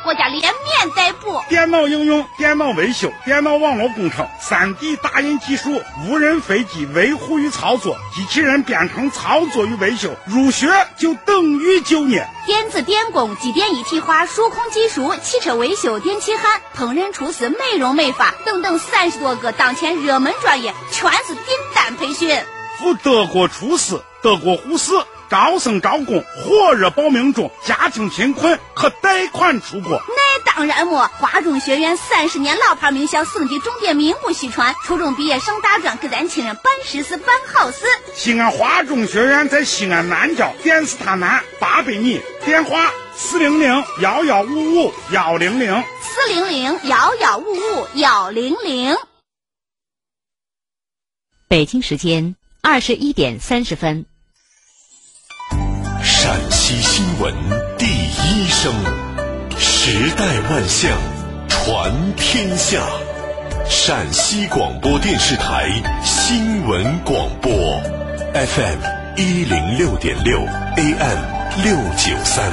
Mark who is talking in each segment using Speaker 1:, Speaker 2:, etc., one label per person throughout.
Speaker 1: 国家联面逮捕。
Speaker 2: 电脑应用、电脑维修、电脑网络工程、3D 打印技术、无人飞机维护与操作、机器人编程操作与维修，入学就等于就业。
Speaker 1: 电子电工、机电一体化、数控技术、汽车维修、电气焊、烹饪厨师、美容美发等等30多个当前热门专业，全是订单培训。
Speaker 2: 赴德国厨师、德国护士，招生招工，火热报名中。家庭贫困可贷款出国。
Speaker 1: 那当然么，华中学院30年老牌名校，省级重点名不虚传，初中毕业上大专，给咱亲人办实事办好事。
Speaker 2: 西安华中学院在西安南郊电视塔南800米，电话400-1155-100。
Speaker 1: 400-1155-100。
Speaker 3: 北京时间21点30分。
Speaker 4: 陕西新闻第一声，时代万象传天下。陕西广播电视台新闻广播 FM 106.6 AM 693。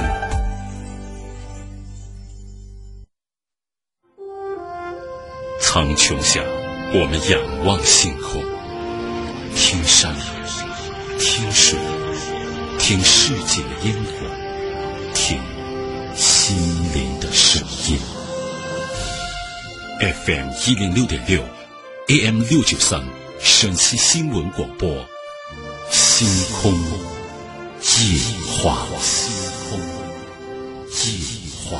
Speaker 5: 苍穹下，我们仰望星空，听山，听水，听世界的烟火，听心灵的声音。FM 106.6 AM 693，陕西新闻广播，星空夜话，星空夜话。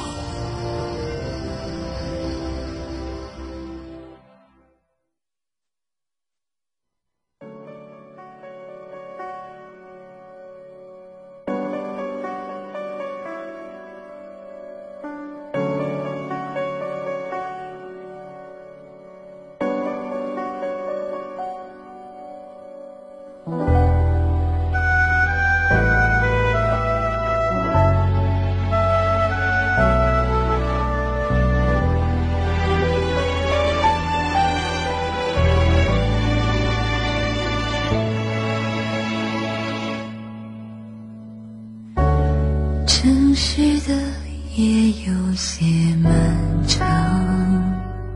Speaker 6: 城市的夜有些漫长，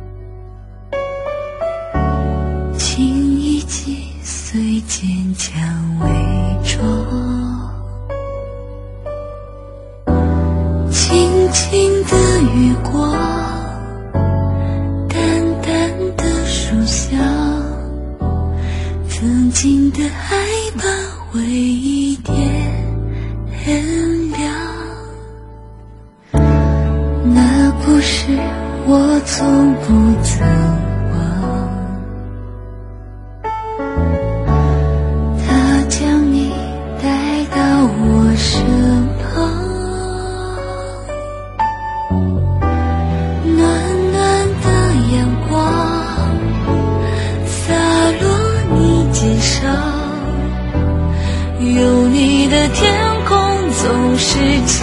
Speaker 6: 轻易击碎坚强伪装，轻轻的月光，淡淡的书香，曾经的害怕会一点点亮。那不是我从不曾忘，他将你带到我身旁，暖暖的阳光洒落你肩上，有你的天空总是晴。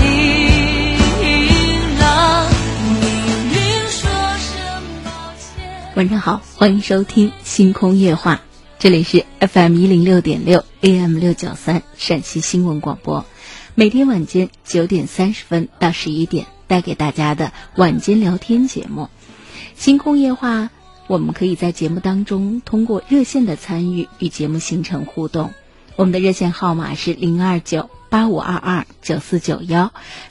Speaker 3: 晚上好，欢迎收听星空夜话，这里是 FM 106.6 AM 693陕西新闻广播，每天晚间9点30分到11点带给大家的晚间聊天节目。星空夜话，我们可以在节目当中通过热线的参与与节目形成互动。我们的热线号码是02985229491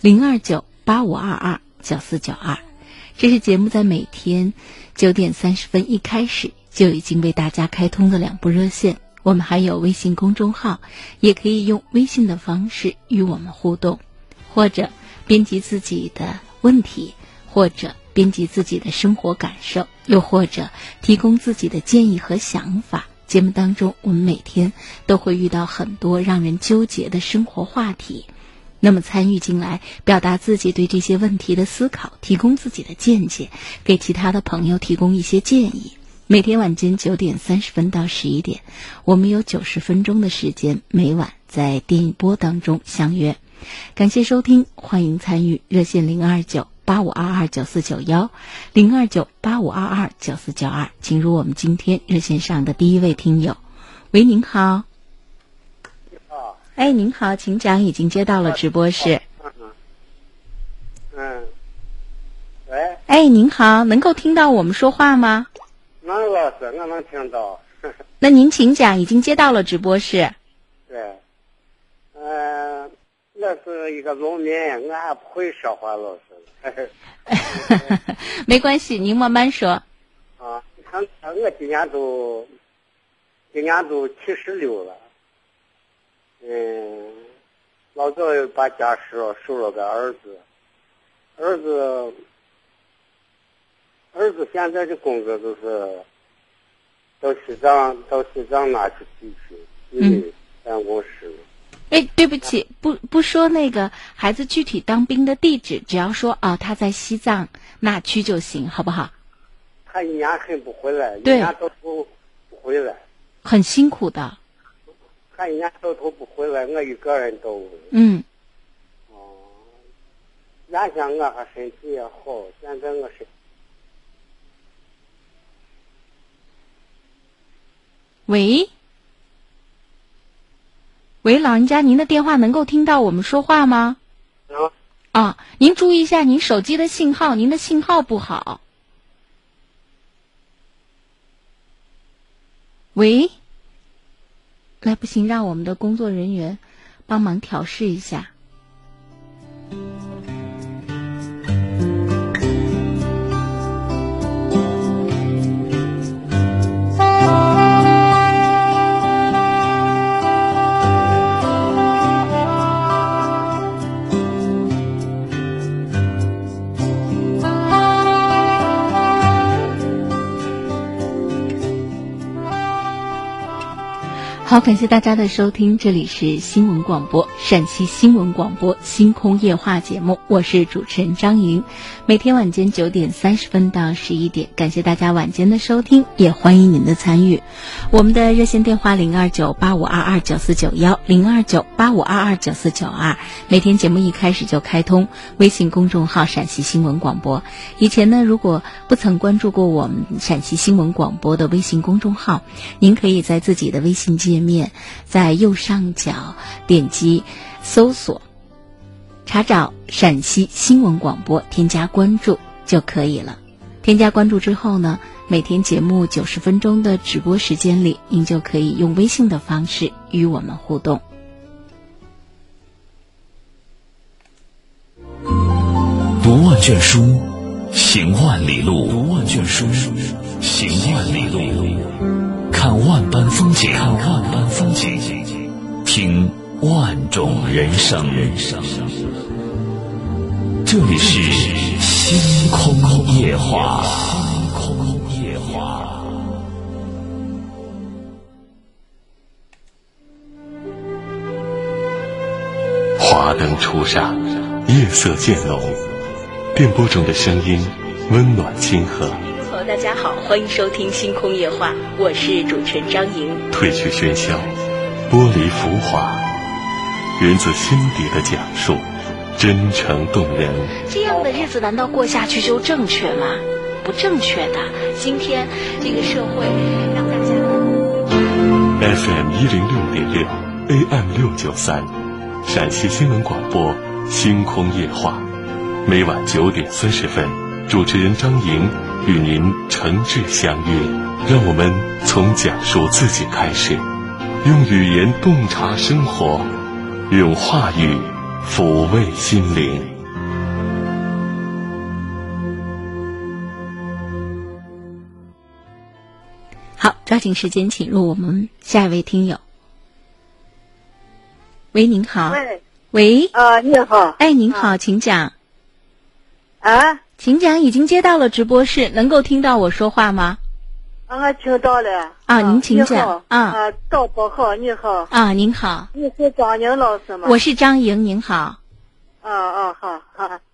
Speaker 3: 02985229492。这是节目在每天9点30分一开始就已经为大家开通的2部热线，我们还有微信公众号，也可以用微信的方式与我们互动，或者编辑自己的问题，或者编辑自己的生活感受，又或者提供自己的建议和想法。节目当中我们每天都会遇到很多让人纠结的生活话题，那么参与进来，表达自己对这些问题的思考，提供自己的见解，给其他的朋友提供一些建议。每天晚间9点30分到11点，我们有90分钟的时间，每晚在电影播当中相约。感谢收听，欢迎参与，热线02985229491 02985229492，请入我们今天热线上的第一位听友。喂，您好。哎，您好，请讲，已经接到了直播室。
Speaker 7: 喂。
Speaker 3: 哎，您好，能够听到我们说话吗？
Speaker 7: 能，老师，我能听到。
Speaker 3: 那您请讲，已经接到了直播室。
Speaker 7: 对。我是一个农民，我还不会说话，老师。
Speaker 3: 没关系，您慢慢说。
Speaker 7: 啊，你看我今年都76了。老早把家收了个儿子，儿子现在的工作就是到西藏那去集训，办公室。
Speaker 3: 哎，对不起，不说那个孩子具体当兵的地址，只要说他在西藏那区就行，好不好？
Speaker 7: 他一年很不回来，
Speaker 3: 对，
Speaker 7: 一年到头不回来，
Speaker 3: 很辛苦的。
Speaker 7: 他一年到头不回来，我一个人都。原先我还身体也好，现在我是。喂，老人家，您的电话能够听到我们说话吗？您注意一下您手机的信号，您的信号不好。喂，来，不行，让我们的工作人员帮忙调试一下。好，感谢大家的收听，这里是新闻广播陕西新闻广播星空夜话节目，我是主持人张莹，每天晚间9点30分到11点，感谢大家晚间的收听，也欢迎您的参与。我们的热线电话02985229491 02985229492，每天节目一开始就开通微信公众号陕西新闻广播。以前呢，如果不曾关注过我们陕西新闻广播的微信公众号，您可以在自己的微信界面在右上角点击搜索查找陕西新闻广播，添加关注就可以了。添加关注之后呢，每天节目90分钟的直播时间里，您就可以用微信的方式与我们互动。
Speaker 5: 读万卷书，行万里路。读万卷书，行万里路。看万般风景，听万种人生。这里是星空夜话。
Speaker 4: 华灯初上，夜色渐浓，电波中的声音温暖亲和。
Speaker 3: 大家好，欢迎收听星空夜话，我是主持人张莹。
Speaker 4: 褪去喧嚣，剥离浮华，源自心底的讲述，真诚动人。
Speaker 3: 这样的日子难道过下去就正确吗？不正确的。今天这个社会让大家
Speaker 4: FM 106.6 AM 693，陕西新闻广播星空夜话，每晚9点30分，主持人张莹与您诚挚相约，让我们从讲述自己开始，用语言洞察生活，用话语抚慰心灵。
Speaker 3: 好，抓紧时间请入我们下一位听友。喂，您好。喂。
Speaker 8: 你好。
Speaker 3: 哎，您好，请讲。请讲，已经接到了直播室，能够听到我说话吗？
Speaker 8: 我听到了。
Speaker 3: 您请讲。
Speaker 8: 赵伯好，你好。
Speaker 3: 您好。
Speaker 8: 你是张宁老师吗？
Speaker 3: 我是张莹，您好。
Speaker 8: 好。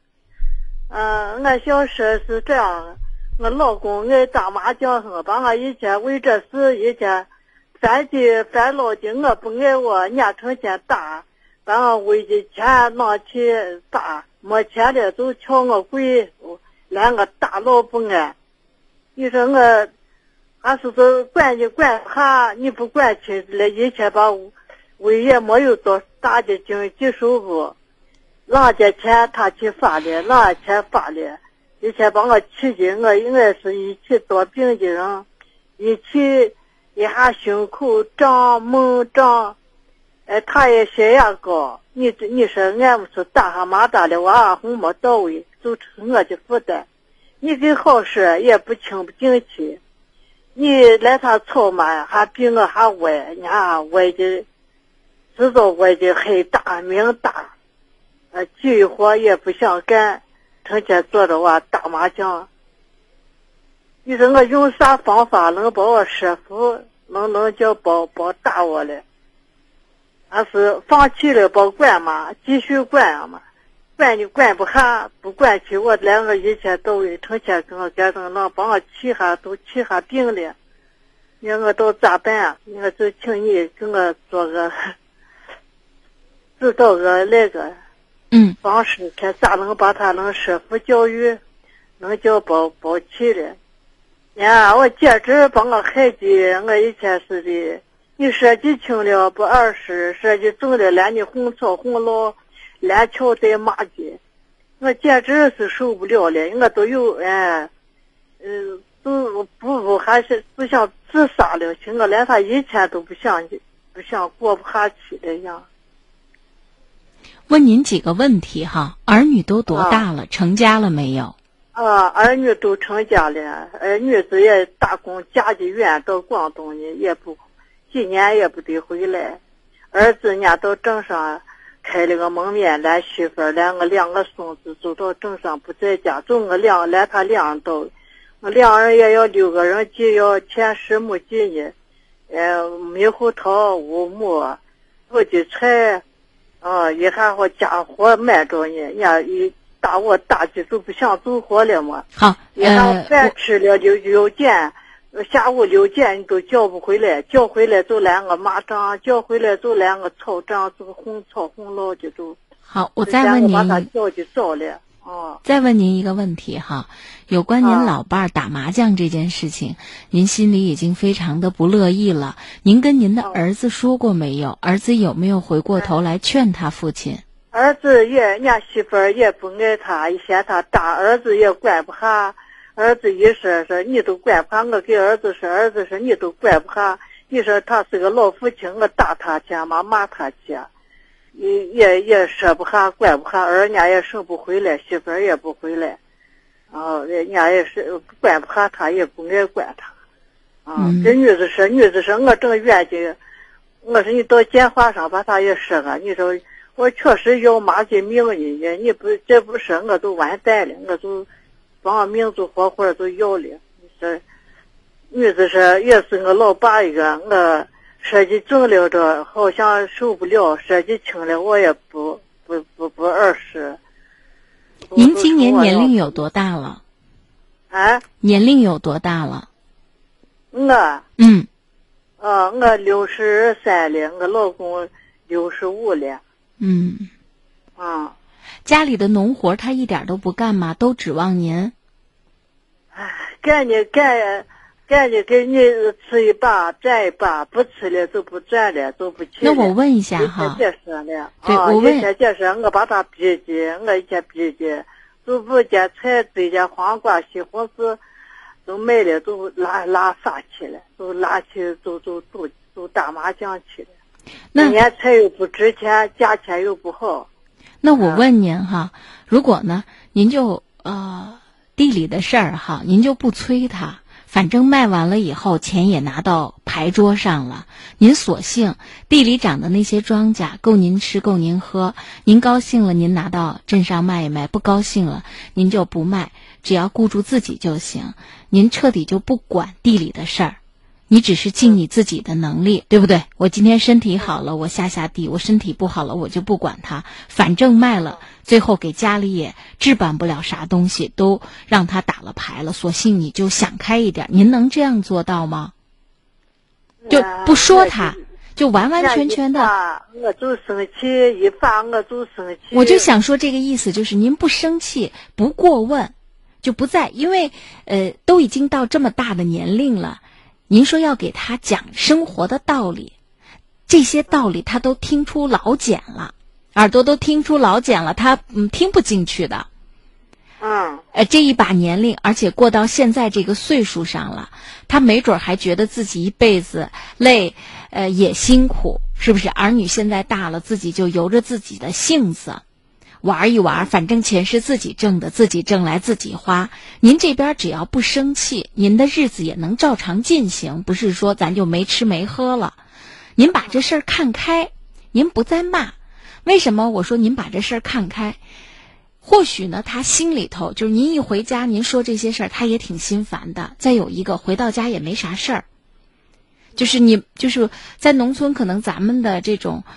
Speaker 8: 我想说是这样，我老公爱打麻将，把我以前为这事以前烦老的，我不爱我年成天打，把我为的钱拿去打。没钱了就敲我跪，来我打老不安。你说我还是说管你管他，你不管亲子了。以前把我也没有多大的经济收入，让家钱他去发了，让钱发了， 以前把我气的，我应该是一起多病的人，一起一下胸口胀猛胀，他也血压高。你说俺们是打哈麻大的娃红没到位，就成我的负担。你给好事也不清不进去，你来他操嘛还比我还歪，你看歪的，知道歪的很大命大，体育活也不想干，成天坐着我打麻将。你说我用啥方法能把我说服，能叫保打我了？还是放弃了不管嘛，继续管嘛？管你管不下，不管起我两个以前都成天跟我干着那，把我气下病了。你说我都咋办啊？我就请你给我做个指导个那个方式，看咋能把他能说服教育，能叫保气了。呀，我简直把我害的，我以前是的。你设计轻了不20，设计重了连你红草红老，连敲带骂的，我简直是受不了了。我都有都不还是不想自杀了，我连他以前都不想过不下去了样。
Speaker 3: 问您几个问题哈，儿女都多大了？成家了没有？
Speaker 8: 儿女都成家了，女子也打工，嫁的远，到广东呢，也不几年也不得回来。儿子家到镇上开了个门面，来媳妇儿，连我2个孙子走到镇上不在家，就我连他2人都，我2人也要6个人计，要欠10亩地呢，猕猴桃5亩，我的菜，一下我家伙买着呢，人家一打我打的都不想走活了嘛。
Speaker 3: 好，
Speaker 8: 饭吃了6点，下午6点你都叫不回来，叫回来就来个麻将，叫回来就来个草仗，这个红草红老的都。
Speaker 3: 好，我再问您，
Speaker 8: 把他叫就早了。
Speaker 3: 再问您一个问题哈，有关您老伴儿打麻将这件事情，您心里已经非常的不乐意了。您跟您的儿子说过没有？儿子有没有回过头来劝他父亲？
Speaker 8: 儿子也，人家媳妇儿也不爱他，一嫌他打，儿子也管不下。儿子一说你都管不下，我给儿子说你都管不下。你说他是个老父亲，我打他去嘛，骂他去，也说不下，管不下，人家也生不回来，媳妇儿也不回来，人家也是管不下他，也不爱管他。这女子说我正冤的，我说你到电话上把他也说了，你说我确实要妈的命呢，你不这不说我都完蛋了，我就把我命就活活都要了。你说女子说也是我老爸一个，我设计重了着好像受不了，设计轻了我也不20。
Speaker 3: 您今年年龄有多大了？年龄有多大了？
Speaker 8: 我63了，我老公65了。
Speaker 3: 家里的农活他一点都不干吗？都指望您？
Speaker 8: 干你给你吃一把占一把，不吃了就不占了，就不去了。
Speaker 3: 那我问一下哈，
Speaker 8: 解释了。
Speaker 3: 对，我问。
Speaker 8: 解释，我把他逼的，我以前逼的，就不捡菜，这件黄瓜、西红柿，都买了，都拉撒去了，都拉去，都打麻将去了。今年菜又不值钱，价钱又不好。
Speaker 3: 那我问您哈，如果呢，您就地里的事儿哈，您就不催他，反正卖完了以后钱也拿到牌桌上了，您索性地里长的那些庄稼够您吃够您喝，您高兴了您拿到镇上卖一卖，不高兴了您就不卖，只要顾住自己就行，您彻底就不管地里的事儿。你只是尽你自己的能力，对不对？我今天身体好了，我下地；我身体不好了，我就不管它。反正卖了，最后给家里也置办不了啥东西，都让他打了牌了。索性你就想开一点，您能这样做到吗？就不说他，就完完全全的。
Speaker 8: 我就生气，一发我就生气。
Speaker 3: 我就想说这个意思，就是您不生气，不过问，就不在，因为都已经到这么大的年龄了。您说要给他讲生活的道理，这些道理他都听出老茧了，耳朵都听出老茧了，他听不进去的。
Speaker 7: 这一把年龄，而且过到现在这个岁数上了，他没准还觉得自己一辈子累，也辛苦，是不是？儿女现在大了，自己就由着自己的性子玩一玩，反正钱是自己挣的，自己挣来自己花。您这边只要不生气，您的日子也能照常进行，不是说咱就没吃没喝了。您把这事儿看开，您不再骂。为什么我说您把这事儿看开？或许呢，他心里头就是您一回家，您说这些事儿，他也挺心烦的。再有一个，回到家也没啥事儿，就是你就是在农村，可能咱们的这种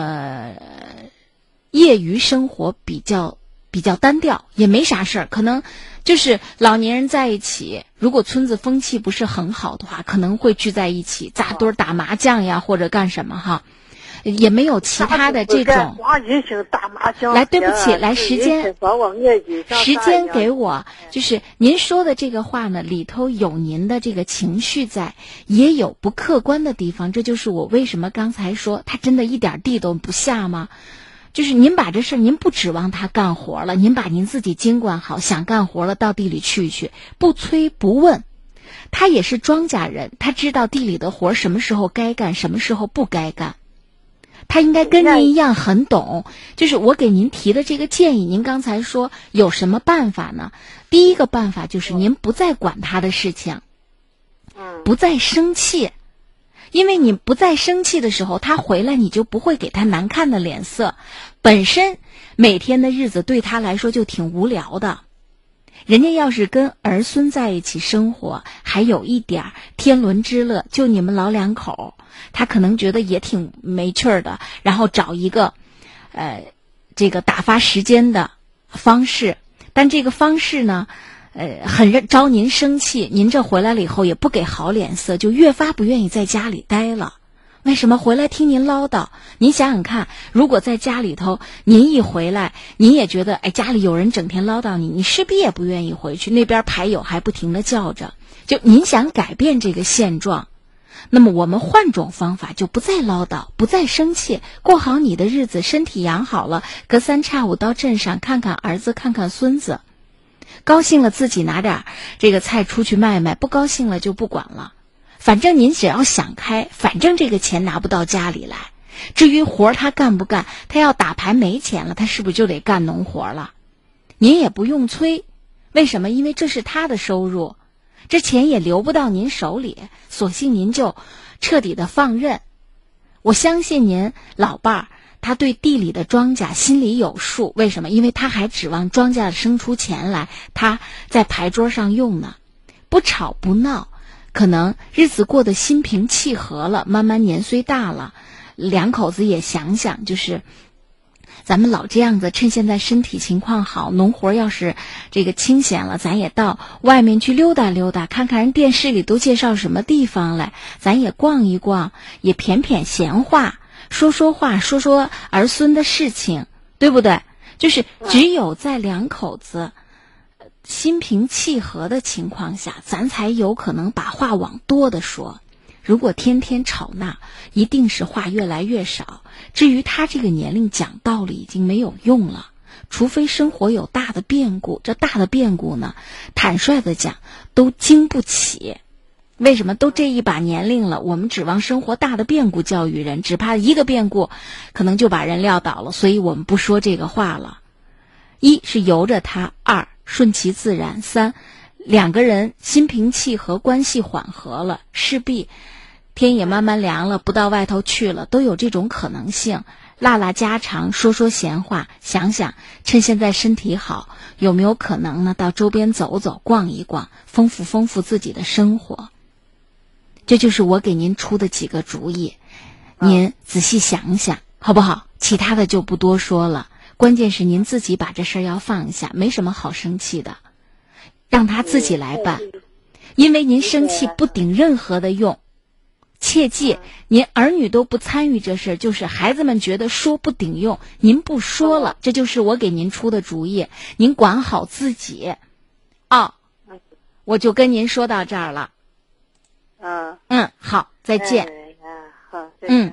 Speaker 7: 业余生活比较单调，也没啥事儿。可能就是老年人在一起，如果村子风气不是很好的话，可能会聚在一起扎堆打麻将呀，或者干什么哈。也没有其他的这种来，对不起，来时间给我，就是您说的这个话呢，里头有您的这个情绪在，也有不客观的地方。这就是我为什么刚才说他真的一点地都不下吗？就是您把这事儿，您不指望他干活了，您把您自己经管好，想干活了到地里去，不催不问。他也是庄稼人，他知道地里的活什么时候该干，什么时候不该干。他应该跟您一样很懂，就是我给您提的这个建议，您刚才说有什么办法呢？第一个办法就是您不再管他的事情，不再生气，因为你不再生气的时候，他回来你就不会给他难看的脸色。本身每天的日子对他来说就挺无聊的，人家要是跟儿孙在一起生活，还有一点天伦之乐，就你们老两口，他可能觉得也挺没趣儿的，然后找一个这个打发时间的方式。但这个方式呢很招您生气，您这回来了以后也不给好脸色，就越发不愿意在家里待了。为什么回来听您唠叨？您想想看，如果在家里头您一回来，您也觉得家里有人整天唠叨你，你势必也不愿意回去，那边牌友还不停地叫着，就您想改变这个现状，那么我们换种方法，就不再唠叨，不再生气，过好你的日子，身体养好了，隔三差五到镇上看看儿子，看看孙子，高兴了自己拿点这个菜出去卖卖，不高兴了就不管了。反正您只要想开，反正这个钱拿不到家里来。至于活他干不干，他要打牌没钱了，他是不是就得干农活了？您也不用催，为什么？因为这是他的收入，这钱也流不到您手里，索性您就彻底的放任。我相信您老伴儿他对地里的庄稼心里有数，为什么？因为他还指望庄稼生出钱来，他在牌桌上用呢，不吵不闹，可能日子过得心平气和了，慢慢年岁大了，两口子也想想，就是咱们老这样子，趁现在身体情况好，农活要是这个清闲了，咱也到外面去溜达溜达，看看人电视里都介绍什么地方来，咱也逛一逛，也谝谝闲话，说说话，说说儿孙的事情，对不对？就是只有在两口子心平气和的情况下，咱才有可能把话往多的说。如果天天吵闹，一定是话越来越少。至于他这个年龄讲道理已经没有用了，除非生活有大的变故。这大的变故呢，坦率的讲都经不起。为什么？都这一把年龄了，我们指望生活大的变故教育人，只怕一个变故可能就把人撂倒了，所以我们不说这个话了。一是由着他，二顺其自然，三两个人心平气和，关系缓和了，势必天也慢慢凉了，不到外头去了，都有这种可能性。拉拉家常，说说闲话，想想趁现在身体好，有没有可能呢？到周边走走，逛一逛，丰富丰富自己的生活。这就是我给您出的几个主意，您仔细想想，好不好？其他的就不多说了。关键是您自己把这事儿要放下，没什么好生气的，让他自己来办。因为您生气不顶任何的用。切记，您儿女都不参与这事儿，就是孩子们觉得说不顶用，您不说了，这就是我给您出的主意。您管好自己。我就跟您说到这儿了。好，再见。
Speaker 8: 好，再见。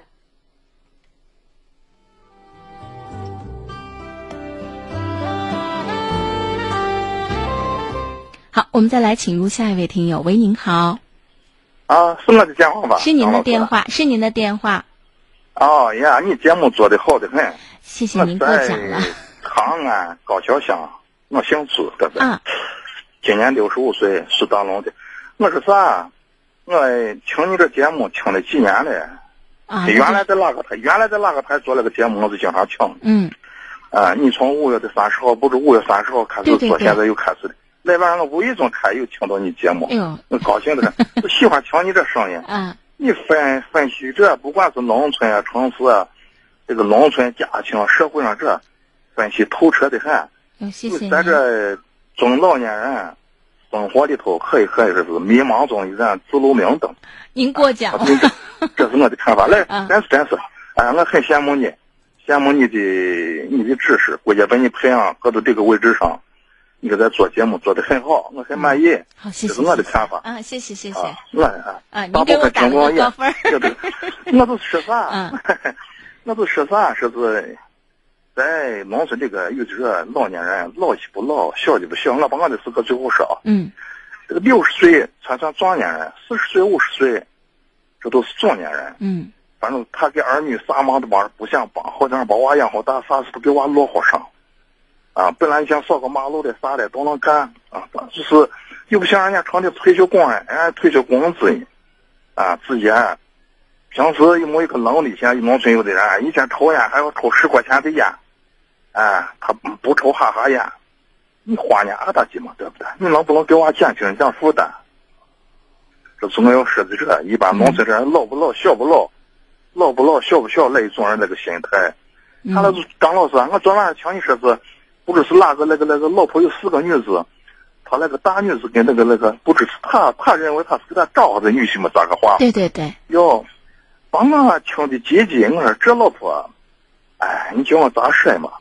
Speaker 3: 好，我们再来请入下一位听友。喂，您好。
Speaker 9: 啊，是我的电话吧？
Speaker 3: 是您的电话，是您的电话。
Speaker 9: 哦呀，你节目做的好的很，
Speaker 3: 谢谢您过奖了。
Speaker 9: 长安高桥乡，我姓朱，对不对？
Speaker 3: 啊。
Speaker 9: 今年65岁，是大龙的。我是啥？我听你这节目听了几年了。
Speaker 3: 啊。
Speaker 9: 原来在哪个台做了个节目，我就经常听。
Speaker 3: 嗯。
Speaker 9: 你从5月30号，不是5月30号开始做，
Speaker 3: 对对对，
Speaker 9: 现在又开始的。那晚上我无意中又听到你节目，
Speaker 3: 哎呦，
Speaker 9: 我高兴的很，就喜欢听你这声音。
Speaker 3: 啊。
Speaker 9: 你分析这，不管是农村啊、城市啊，这个农村家庭、社会上这分析透彻的很。
Speaker 3: 谢谢。
Speaker 9: 在这中老年人生活里头，可以说是迷茫中一盏指路明灯。
Speaker 3: 您过奖了。
Speaker 9: 这是我的看法。来，真是，我很羡慕你，你的知识，国家把你培养搁到这个位置上，你给咱做节目做得很好，我很满意。
Speaker 3: 好，谢谢。
Speaker 9: 这是我的看法。
Speaker 3: 啊，谢谢。
Speaker 9: 大部分情况也，
Speaker 3: 高分。
Speaker 9: 我都说啥？我都说啥？说是在农村这个有这老年人老的不老，小的不小。我把我的事搁最后说。这个60岁才算壮年人，40岁、50岁，这都是中年人。反正他给儿女啥忙都不想帮，好像把娃养好大，啥事都给娃落好上。本来你想扫个马路的啥的都能干就是又不像人家成的退休工人，人家退休工资自己平时又没一个能力。现在农村有的人以前抽烟还要抽10块钱的烟，他不抽哈哈烟，你花年大几嘛，对不对？你能不能给娃减轻一点负担？这是我要说的这。一般农村人老不老，小不老，老不老，小不小那一种人那个心态。他那张老师，我昨晚上听你说是。不知是哪个那个老婆有4个女子，他那个大女子跟那个不知是他认为他是给他找的女婿嘛，咋个话？
Speaker 3: 对对对。
Speaker 9: 哟，把我听的积极，我说这老婆，你叫我咋说嘛？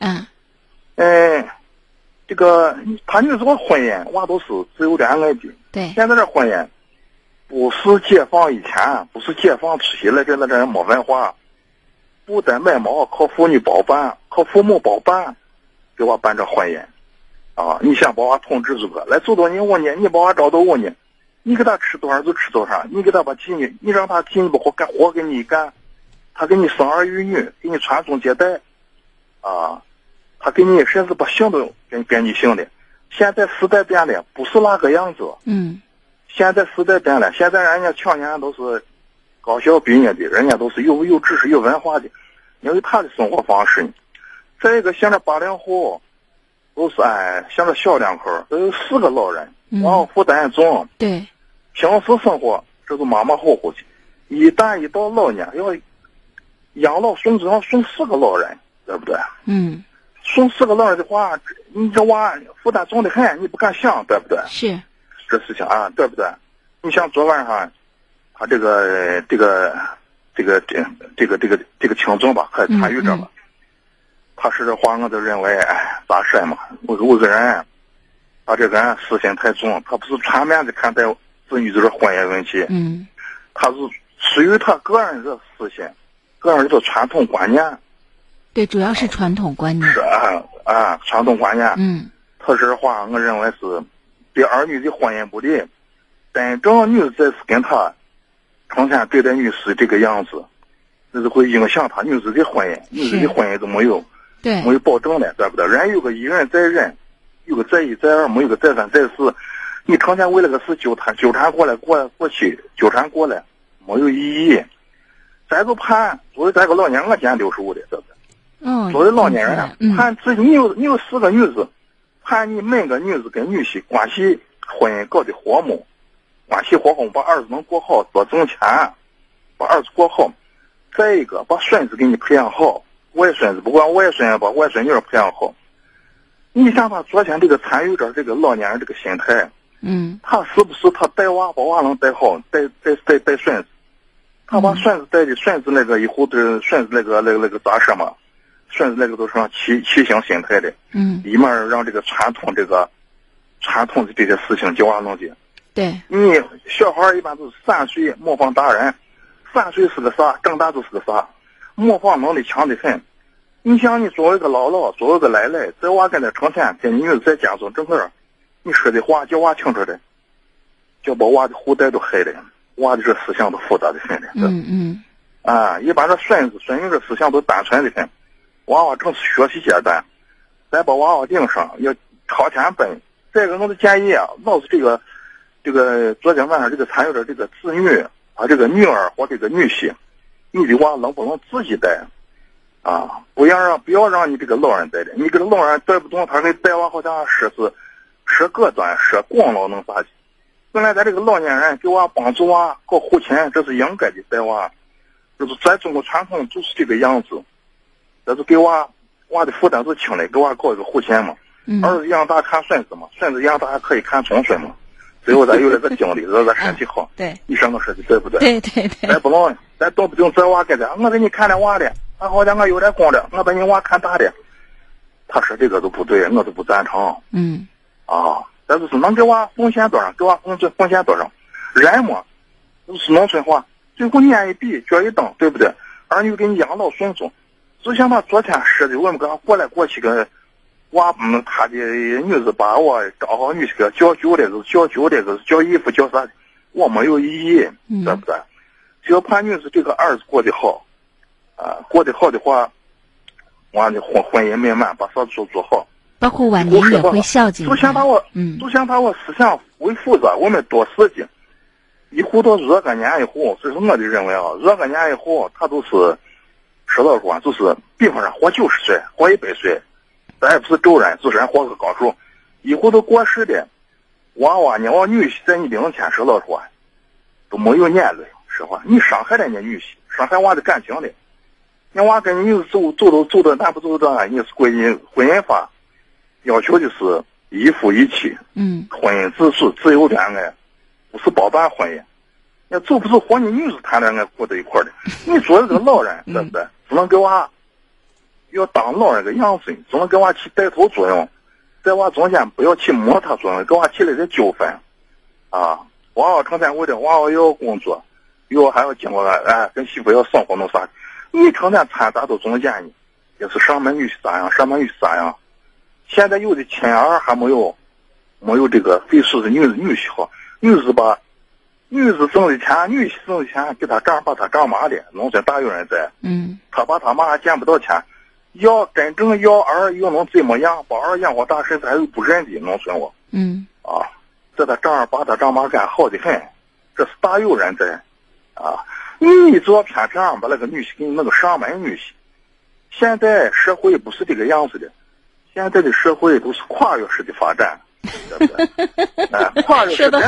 Speaker 9: 这个他女子的婚姻娃都是自由恋爱的。
Speaker 3: 对。
Speaker 9: 现在这婚姻不是解放以前，不是解放初期那这人没文化，不得买毛靠妇女包办，靠父母包办。给我办这婚姻你想把我统治住个来走到你5年，你把我找到5年，你给他吃多少就吃多少，你给他把进去，你让他进一步活给你干，他给你生儿育女，给你传宗接代他给你甚至把姓都跟你姓的。现在时代变了，不是那个样子。现在时代变了，现在人家青年都是高校毕业的，人家都是有知识有文化的，因为他的生活方式。再一个，现在80后都是像这小两口都有4个老人，然后负担重。
Speaker 3: 对，
Speaker 9: 平时生活这都马马虎虎的，一旦一到老年要养老送终，要送4个老人，对不对？送4个老人的话，你这娃负担重的很，你不敢想，对不对？
Speaker 3: 是
Speaker 9: 这事情对不对？你像昨晚上他这个听众吧，还参与着吧。他说这话我都认为咋说嘛，我个人他这个人私心太重，他不是全面的看待子女这个婚姻问题。他是属于他个人的私心，个人的传统观念。
Speaker 3: 对，主要是传统观念。
Speaker 9: 是传统观念。他这话我认为是对儿女的婚姻不利。真正女子是跟他成天对待女婿这个样子，那是会影响他女子的婚姻，女子的婚姻都没有保证的，对不对？人有个一忍再忍，有个再一再二，没有个再三再四。你成天为了个事纠缠过来过去，纠缠过来没有意义。咱就判作为咱个老年人，我今年65的，对不对？作为老年人，判自己你有4个女子，判你每个女子跟女婿关系婚姻搞得和睦，关系和睦，把儿子能过好，多挣钱，把儿子过好。再一个，把孙子给你培养好。外孙子不管外孙把外孙女培养好。你像他昨天这个参与者这个老年人这个心态，他是不是他带娃把娃能带好，带孙子，他把孙子带的孙子那个以后的孙子那个咋说嘛，孙子那个都是上骑行心态的，一面让这个传统的这些事情叫娃弄的。
Speaker 3: 对，
Speaker 9: 你小孩一般都是3岁模仿大人，3岁是个啥，长大就是个啥。模仿能力强得很。你像你作为一个姥姥，作为一个奶奶，在娃跟那成天跟你女子在家中整个你说的话叫娃听着的，就把娃的后代都害了，娃的这思想都复杂的很了。一般这孙子孙女这思想都单纯的很，娃娃正是学习阶段，再把娃娃领上要朝前奔。再一个我的建议啊，老是这个昨天晚上这个参与的这个子女啊，这个女儿或这个女婿，你的娃能不能自己带啊？不要让你这个老人带的，你这个老人带不动，他给带娃好像是各端是光老能啥的。本来咱这个老年人给娃帮助娃搞护亲，这是应该的，带娃就是在中国传统就是这个样子，这是给娃的负担是轻的，给娃搞一个护亲嘛。儿子养大看孙子嘛，孙子养大还可以看重孙嘛。最后咱有了个经历，咱身体好。
Speaker 7: 对，
Speaker 9: 你说我说的对不对？
Speaker 7: 对。
Speaker 9: 咱不能，咱动不动这娃给咱，我给你看点娃的，好像我有点功的，我把你娃看大的。他说这个都不对，我都不赞成。咱就是能给娃奉献多少，给娃奉献多少。人嘛，就是农村话，最后眼一闭，脚一蹬，对不对？儿女给你养老送终，就像他昨天说的，我们刚过来过去个娃，他的女子把我找好女婿个叫酒的，叫酒的，叫衣服叫啥的，我没有异议，对不对？只要怕女子这个儿子过得好，过得好的话，娃的婚姻美满，把啥都做好。
Speaker 7: 包括晚年也会孝敬。
Speaker 9: 就想把我思想为复杂，我们多刺激。一户到若干年以后，这是我的认为啊，若干年以后，他都是说老实话，就是比方说活90岁，活100岁，咱也不是周人，就是人活个高寿。以后都过世的娃娃，你往女婿在你领前，说老实话，都没有眼泪。实话，你伤害了你女婿，伤害娃的感情的。你娃跟你走的难不走的，你是婚姻法。要求就是一夫一妻，婚姻自主、自由恋爱，不是包办婚姻。你走不走和你女子谈恋爱过在一块的，你做这个老人，对不对？只能给娃要当老人个样子，只能给娃起带头作用，在娃中间不要起摩擦作用，给娃起来点纠纷。娃成天为了娃又要工作，又还要经过跟媳妇要生活弄啥，你成天掺杂到中间呢，也是上门女婿咋样，上门女婿咋样。现在有的亲儿还没有这个费事的女婿好，女子挣的钱，女婿挣的钱给他丈把他丈妈的，农村大有人在，他把他妈还见不到钱，要真正要儿又能怎么样？把儿养活大，甚至还有不认的农村我，这他丈把他丈妈干好的很，这是大有人在，你只要偏把那个女婿给你那个上门女婿，现在社会不是这个样子的。现在的社会都是跨越式的发展，对不对？跨越式的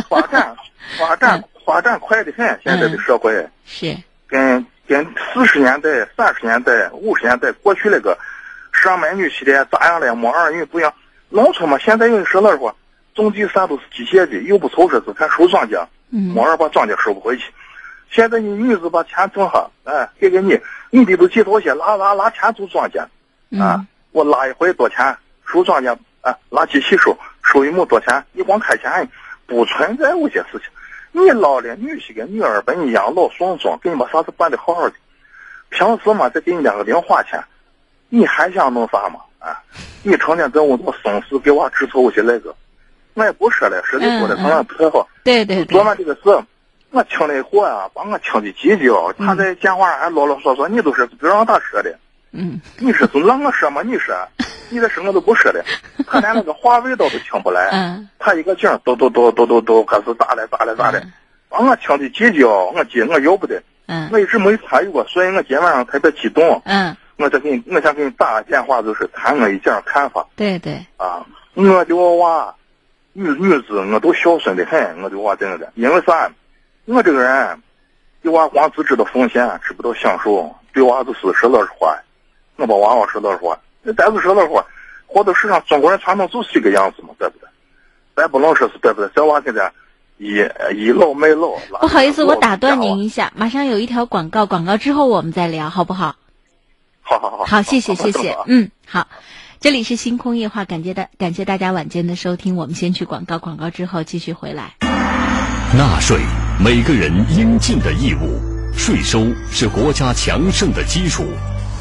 Speaker 9: 发展快得很。现在的社会
Speaker 7: 是
Speaker 9: 跟40年代、30年代、50年代过去那个上门女婿的咋样了？没儿女不一样。农村嘛，现在有人说了说，种地啥都是机械的，又不愁说是看收庄稼，没儿把庄稼收不回去。现在你女子把钱挣下，给你的都几头些，拉钱做庄稼，我拉一回多钱，收庄稼拉机器收一亩多钱，你光开钱不存在有些事情。你老了女婿跟女儿把你养老送终，给你把啥子办得好好的，平时嘛再给你2个零花钱，你还想弄啥嘛？你成天跟我做生事给我支凑些那个，我也不说了，说的多了，当然不太好。
Speaker 7: 对，
Speaker 9: 做完这个事，我听了以后把我听的叽叽他在讲话还啰啰嗦嗦，你都是不让他说的。你说总让我说嘛？你说，你这说我都不说了。他连那个话味道都听不来。他一个劲都开始咋的，把我听的叽叽我要不得。我一直没参与过，所以我今天晚上特别激动。我想给你打个电话，就是谈我一点看法。
Speaker 7: 对。
Speaker 9: 我的娃女子我都孝顺的很，我的娃真的，因为啥？我这个人对娃光只知道奉献，知不道享受，对娃就是说老实话。我把娃说老实话，但是说老实话，活到世上，中国人传统就是这个样子嘛，对不对？咱不能说是对不对？这娃现在倚老卖老。
Speaker 7: 不好意思，我打断您一下，马上有一条广告，广告之后我们再聊，好不好？
Speaker 9: 好，
Speaker 7: 谢谢。好，这里是星空夜话，感谢大家晚间的收听，我们先去广告，广告之后继续回来。
Speaker 4: 纳税，每个人应尽的义务，税收是国家强盛的基础。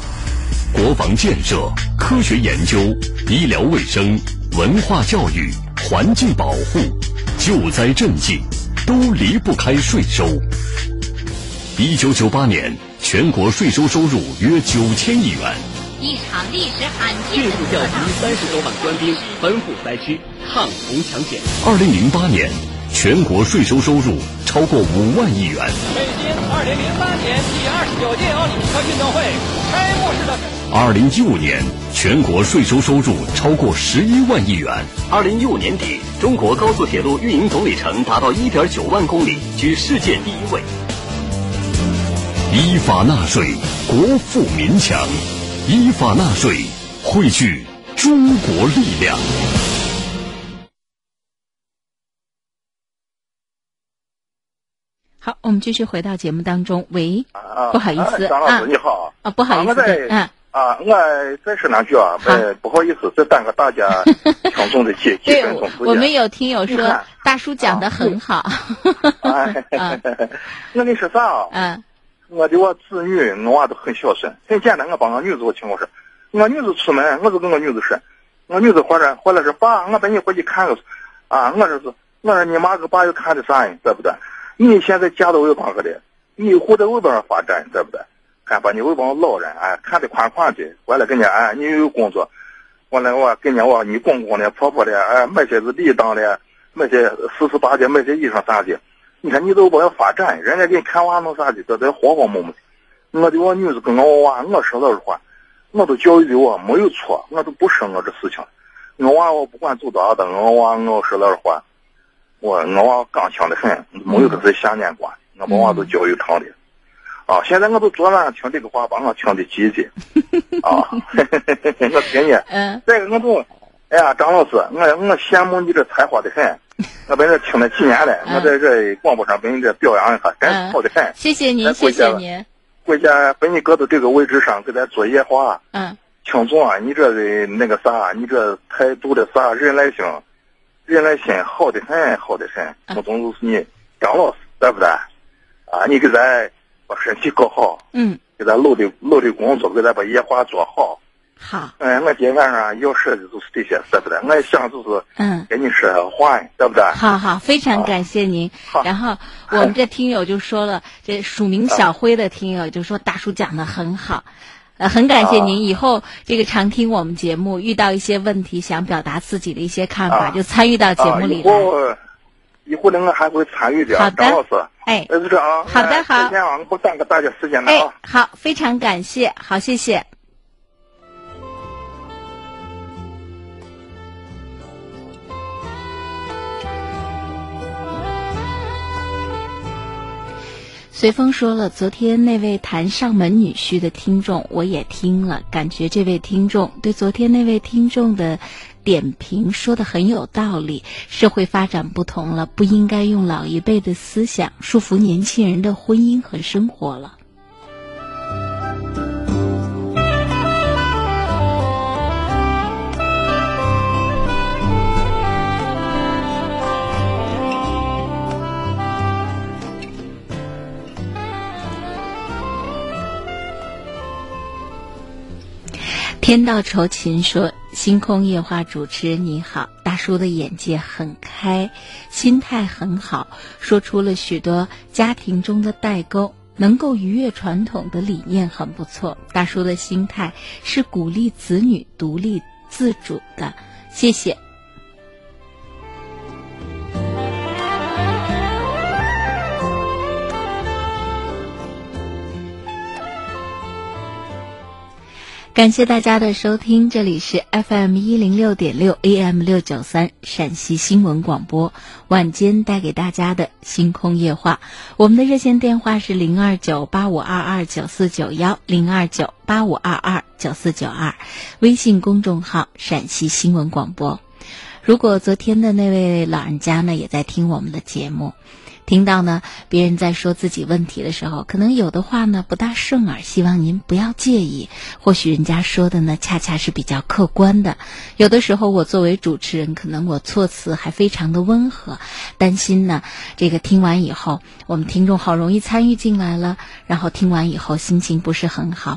Speaker 4: 国防建设、科学研究、医疗卫生、文化教育、
Speaker 10: 环境保护、救灾赈济都离不开税收。1998年，全国税收收入约9000亿元。
Speaker 1: 一场历史罕见的
Speaker 11: 迅速调集30多万官兵，奔赴灾区，抗洪抢险。
Speaker 10: 2008年，全国税收收入超过5万亿元。
Speaker 12: 北京2003年第29届奥林匹克运动会开幕式的。
Speaker 10: 2015年，全国税收收入超过11万亿元。
Speaker 11: 2015年底，中国高速铁路运营总里程达到1.9万公里，居世界第1位。
Speaker 10: 依法纳税，国富民强；依法纳税，汇聚中国力量。
Speaker 7: 好，我们继续回到节目当中。喂，不好意思，
Speaker 9: 张老师你好。
Speaker 7: 不好意思，
Speaker 9: 我再说两句啊，不好意思，再耽搁大家听众的几分钟时间。
Speaker 7: 我们有听友说大叔讲得很好。
Speaker 9: 我跟你说啥？我子女，我娃都很孝顺，很简单。我帮我女子我情况是，我女子出门，我就跟我女子说，我女子回来说爸，我带你回去看个我说你妈跟爸又看的啥人，对不对？你现在嫁到外邦去的，你以后在外边上发展，对不对？看把你外邦老人看得宽宽的，回来跟人家你有工作，完了我跟人家你公公的婆婆的买些是礼当的，买些48的，买些衣裳啥的。你看你都不要发展，人家给你看娃弄啥的，都在慌慌忙忙。我女子跟我娃，我说老实话，我都教育的我没有错，我都不生我这事情。我娃我不管走多少的，我娃我说老实话，我娃刚强的很，没有个这下年关，我把娃都教育成的。现在我都昨晚听这个话，把我听的急急。我听你，这个我都，张老师，我羡慕你这才华的很。我在这听了几年了，我在这广播上被你这表扬一下，真好的很。
Speaker 7: 谢谢您，谢谢您。
Speaker 9: 国家把你搁到这个位置上，给咱做野话。听众你这的那个啥，你这态度的啥，人来心好的很，好的很。我总是你张老师，对不对？你给咱把身体搞好，给咱录的工作，给咱把野话做好。
Speaker 7: 好，
Speaker 9: 我今天晚上要说的就是这些，对不对？我也想就是跟你说话，对不对？
Speaker 7: 好，非常感谢您。然后我们这听友就说了，这署名小辉的听友就说大叔讲得很好，很感谢您。以后这个常听我们节目，遇到一些问题想表达自己的一些看法，就参与到节目里来。
Speaker 9: 以后呢，我还会参与的。
Speaker 7: 好的，
Speaker 9: 张老师。
Speaker 7: 是
Speaker 9: 这啊。
Speaker 7: 好的，好。
Speaker 9: 今天我不耽搁大家时间了啊。
Speaker 7: 好，非常感谢，好，谢谢。随风说了，昨天那位谈上门女婿的听众我也听了，感觉这位听众对昨天那位听众的点评说得很有道理。社会发展不同了，不应该用老一辈的思想束缚年轻人的婚姻和生活了。天道酬勤说，星空夜话主持人你好，大叔的眼界很开，心态很好，说出了许多家庭中的代沟，能够逾越传统的理念很不错。大叔的心态是鼓励子女独立自主的，谢谢。感谢大家的收听，这里是 FM 106.6 AM 693陕西新闻广播，晚间带给大家的星空夜话。我们的热线电话是02985229491 02985229492，微信公众号陕西新闻广播。如果昨天的那位老人家呢也在听我们的节目，听到呢别人在说自己问题的时候，可能有的话呢不大顺耳，希望您不要介意，或许人家说的呢恰恰是比较客观的。有的时候我作为主持人，可能我措辞还非常的温和，担心呢这个听完以后，我们听众好容易参与进来了，然后听完以后心情不是很好，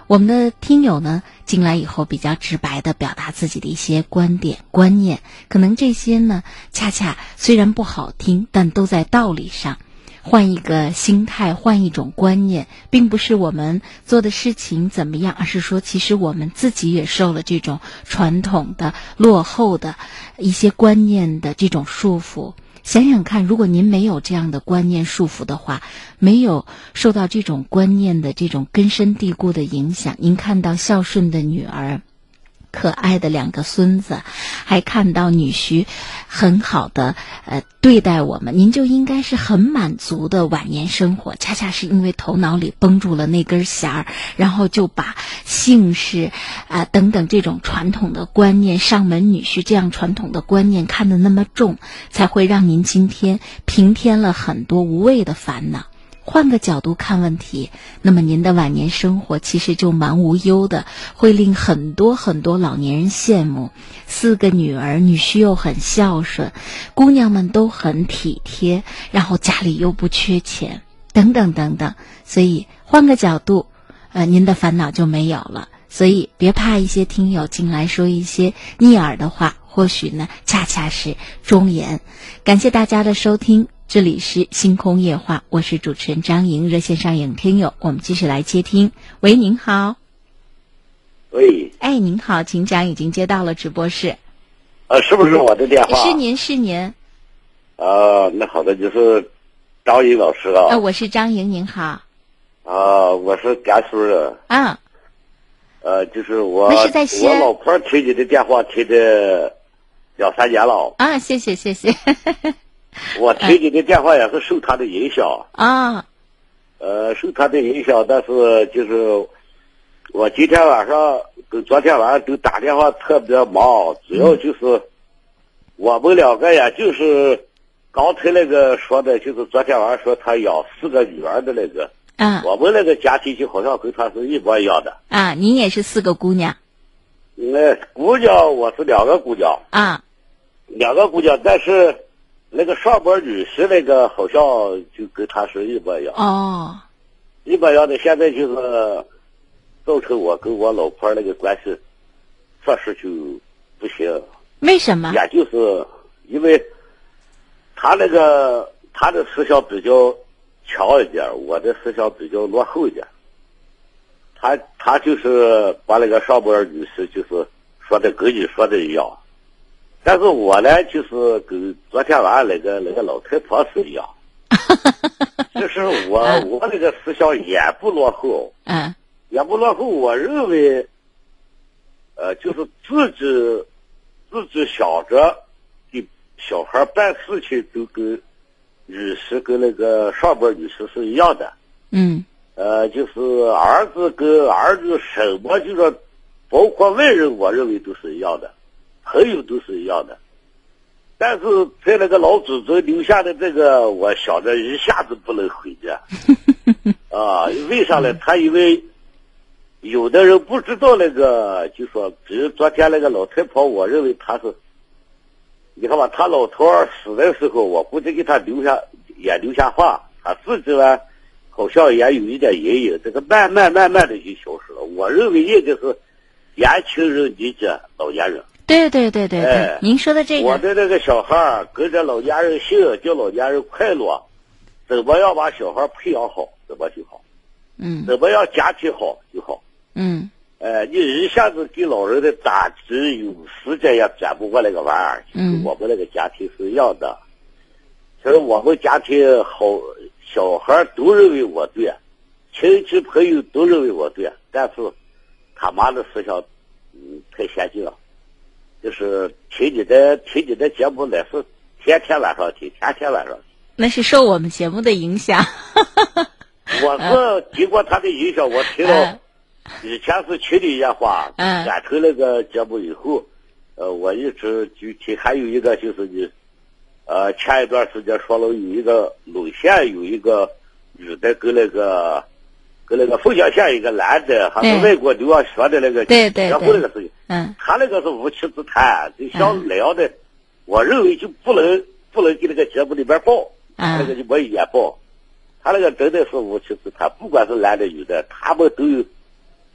Speaker 7: 我们的听友呢进来以后比较直白地表达自己的一些观点观念，可能这些呢恰恰虽然不好听，但都在道理上。换一个心态，换一种观念，并不是我们做的事情怎么样，而是说其实我们自己也受了这种传统的落后的一些观念的这种束缚。想想看，如果您没有这样的观念束缚的话，没有受到这种观念的这种根深蒂固的影响，您看到孝顺的女儿，可爱的2个孙子，还看到女婿很好的对待我们，您就应该是很满足的晚年生活。恰恰是因为头脑里绷住了那根弦儿，然后就把姓氏等等这种传统的观念，上门女婿这样传统的观念看得那么重，才会让您今天平添了很多无谓的烦恼。换个角度看问题，那么您的晚年生活其实就蛮无忧的，会令很多很多老年人羡慕。4个女儿，女婿又很孝顺，姑娘们都很体贴，然后家里又不缺钱，等等等等。所以换个角度，您的烦恼就没有了。所以别怕一些听友进来说一些逆耳的话，或许呢恰恰是忠言。感谢大家的收听，这里是星空夜话，我是主持人张莹。热线上有听友，我们继续来接听。喂，您好。
Speaker 13: 喂，
Speaker 7: 哎，您好，请讲，已经接到了直播室。
Speaker 13: 是不是我的电话？
Speaker 7: 是您，是您。
Speaker 13: 那好的，就是张莹老师啊。
Speaker 7: 我是张莹，您好。
Speaker 13: 我是甘肃的。
Speaker 7: 啊。
Speaker 13: 就是我老婆听你的电话听的2-3年了。
Speaker 7: 啊，谢谢谢谢。
Speaker 13: 我听你的电话也是受他的影响
Speaker 7: 啊。
Speaker 13: 受他的影响，但是就是我今天晚上跟昨天晚上都打电话特别忙，主要就是我们2个呀，就是刚才那个说的，就是昨天晚上说他养4个女儿的那个。我们那个家庭就好像跟他是一模一样的。
Speaker 7: 您也是4个姑娘。
Speaker 13: 姑娘我是2个姑娘。2个姑娘，但是那个上门女婿那个好像就跟他是一模一样。一模一样的，现在就是造成我跟我老婆那个关系确实就不行。
Speaker 7: 为什么？
Speaker 13: 也就是因为他的思想比较强一点，我的思想比较落后一点。他就是把那个上门女婿就是说的跟你说的一样，但是我呢就是跟昨天晚上那个老太婆是一样。就是我那个思想也不落后，也不落后。我认为就是自己想着给小孩办事情都跟女婿跟那个上门女婿是一样的。就是儿子跟儿子什么，就是包括外人，我认为都是一样的，朋友都是一样的。但是在那个老祖宗留下的这个，我想着一下子不能毁掉。为啥呢？他因为有的人不知道那个，就说比如昨天那个老太婆，我认为他是，你看吧，他老头儿死的时候，我估计给他留下话，他自己呢好像也有一点阴影，这个慢慢的就消失了。我认为应该是年轻人理解老年人。
Speaker 7: 对，您说的这个，
Speaker 13: 我的那个小孩跟着老年人姓，叫老年人快乐，怎么样把小孩培养好，怎么就好。怎么样家庭好就好。你一下子给老人的打击，有时间也转不过来个玩意儿，就是我们那个家庭是一样的。其实我们家庭好，小孩都认为我对，亲戚朋友都认为我对，但是他妈的思想太先进了。就是听你的节目来是天天晚上听。
Speaker 7: 那是受我们节目的影响。
Speaker 13: 我是经过他的影响，我听到以前是听你一话，转成那个节目以后，我一直就听。还有一个就是你，前一段时间说了有一个沦陷，有一个女的跟那个凤阳县一个男的还是外国留学学的那个结婚那个事情，他那个是无稽之谈，就像那样的，我认为就不能给那个节目里边报，那个就没也报，他那个真的是无稽之谈，不管是男的女的，他们都有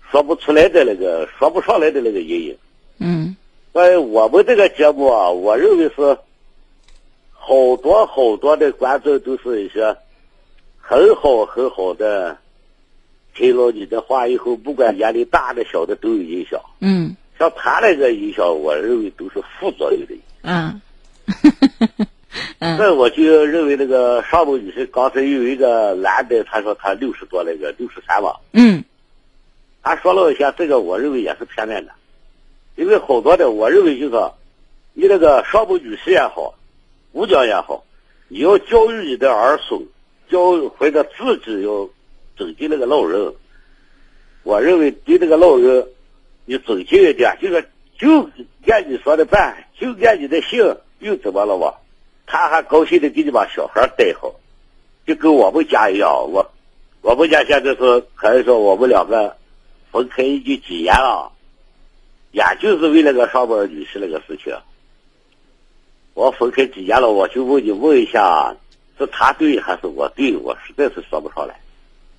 Speaker 13: 说不出来的说不上来的那个阴影。所以我们这个节目啊，我认为是好多的观众都是一些很好的，听了你的话以后，不管压力大的小的都有影响。像他那个影响，我认为都是副作用的。那我就认为那个上某女士刚才有一个男的，他说他60多63嘛。他说了一下这个，我认为也是片面的，因为好多的，我认为就是说，你那个上某女士也好，姑娘也好，你要教育你的儿孙，或者自己要尊敬那个老人。我认为对那个老人，你尊敬一点，就按你说的办，就按你的心，又怎么了嘛？他还高兴的给你把小孩带好，就跟我们家一样。我们家现在是可以说我们两个分开已经几年了，也就是为那个上班女士那个事情。我分开几年了，我就问一下，是他对还是我对？我实在是说不上来。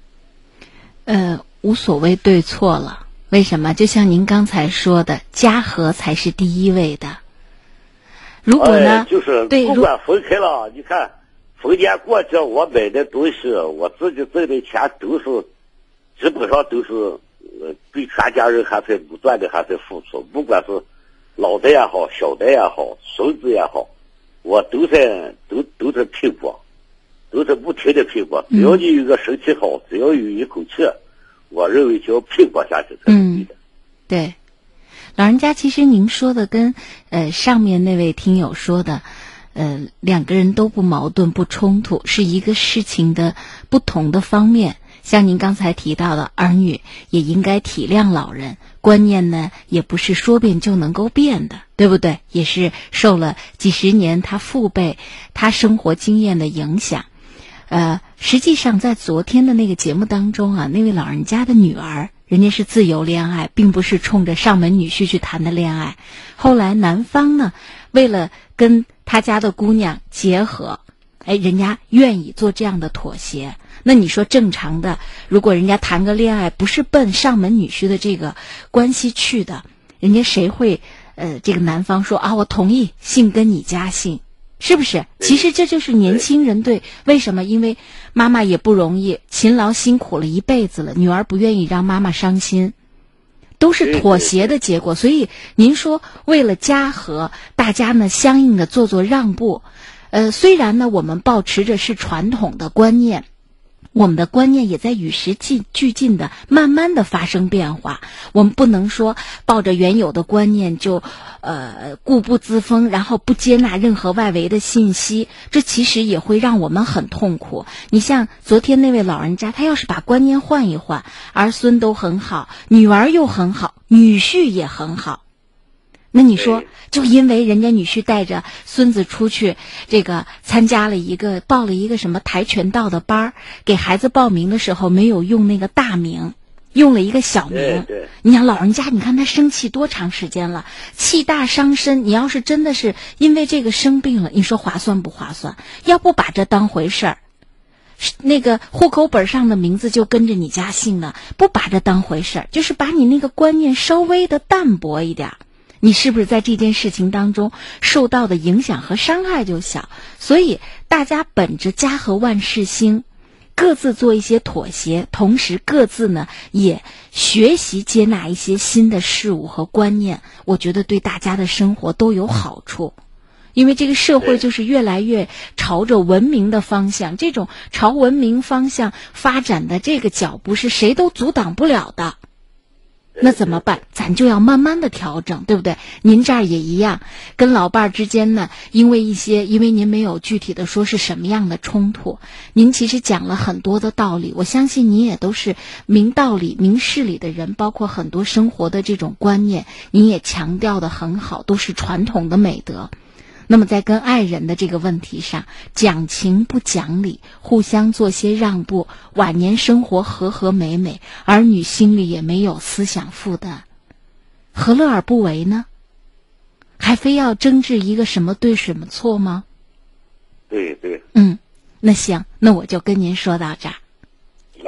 Speaker 3: 无所谓对错了。为什么？就像您刚才说的，家和才是第一位的。如果呢，
Speaker 13: 就是不管分开了，你看逢年过节我买的东西，我自己挣的钱都是基本上都是对全家人还在不断的还在付出，不管是老的也好，小的也好，孙子也好，我都在拼搏，都在不停的拼搏。只要你有个身体好，只要有一口气，我认为就要拼搏下去才是对的。
Speaker 3: 对。老人家，其实您说的跟上面那位听友说的两个人都不矛盾不冲突，是一个事情的不同的方面。像您刚才提到的，儿女也应该体谅老人，观念呢也不是说变就能够变的，对不对？也是受了几十年他父辈他生活经验的影响。实际上在昨天的那个节目当中啊，那位老人家的女儿，人家是自由恋爱，并不是冲着上门女婿去谈的恋爱。后来男方呢，为了跟他家的姑娘结合，人家愿意做这样的妥协。那你说正常的，如果人家谈个恋爱不是奔上门女婿的这个关系去的，人家谁会这个男方说啊，我同意姓跟你家姓，是不是？其实这就是年轻人对，为什么？因为妈妈也不容易，勤劳辛苦了一辈子了，女儿不愿意让妈妈伤心，都是妥协的结果。所以您说为了家和，大家呢相应的做让步。虽然呢我们抱持着是传统的观念，我们的观念也在与时俱进的慢慢的发生变化。我们不能说抱着原有的观念就固步自封，然后不接纳任何外围的信息，这其实也会让我们很痛苦。你像昨天那位老人家，他要是把观念换一换，儿孙都很好，女儿又很好，女婿也很好，那你说就因为人家女婿带着孙子出去这个报了一个什么跆拳道的班，给孩子报名的时候没有用那个大名，用了一个小名。你想老人家，你看他生气多长时间了，气大伤身，你要是真的是因为这个生病了，你说划算不划算？要不把这当回事儿，那个户口本上的名字就跟着你家姓了，不把这当回事儿，就是把你那个观念稍微的淡薄一点，你是不是在这件事情当中受到的影响和伤害就小？所以大家本着家和万事兴，各自做一些妥协，同时各自呢也学习接纳一些新的事物和观念，我觉得对大家的生活都有好处。因为这个社会就是越来越朝着文明的方向，这种朝文明方向发展的这个脚步是谁都阻挡不了的。那怎么办？咱就要慢慢的调整，对不对？您这儿也一样，跟老伴儿之间呢，因为您没有具体的说是什么样的冲突，您其实讲了很多的道理，我相信您也都是明道理明事理的人，包括很多生活的这种观念，您也强调的很好，都是传统的美德。那么在跟爱人的这个问题上，讲情不讲理，互相做些让步，晚年生活和和美美，儿女心里也没有思想负担，何乐而不为呢？还非要争执一个什么对什么错吗？
Speaker 13: 对。
Speaker 3: 那行，那我就跟您说到这儿。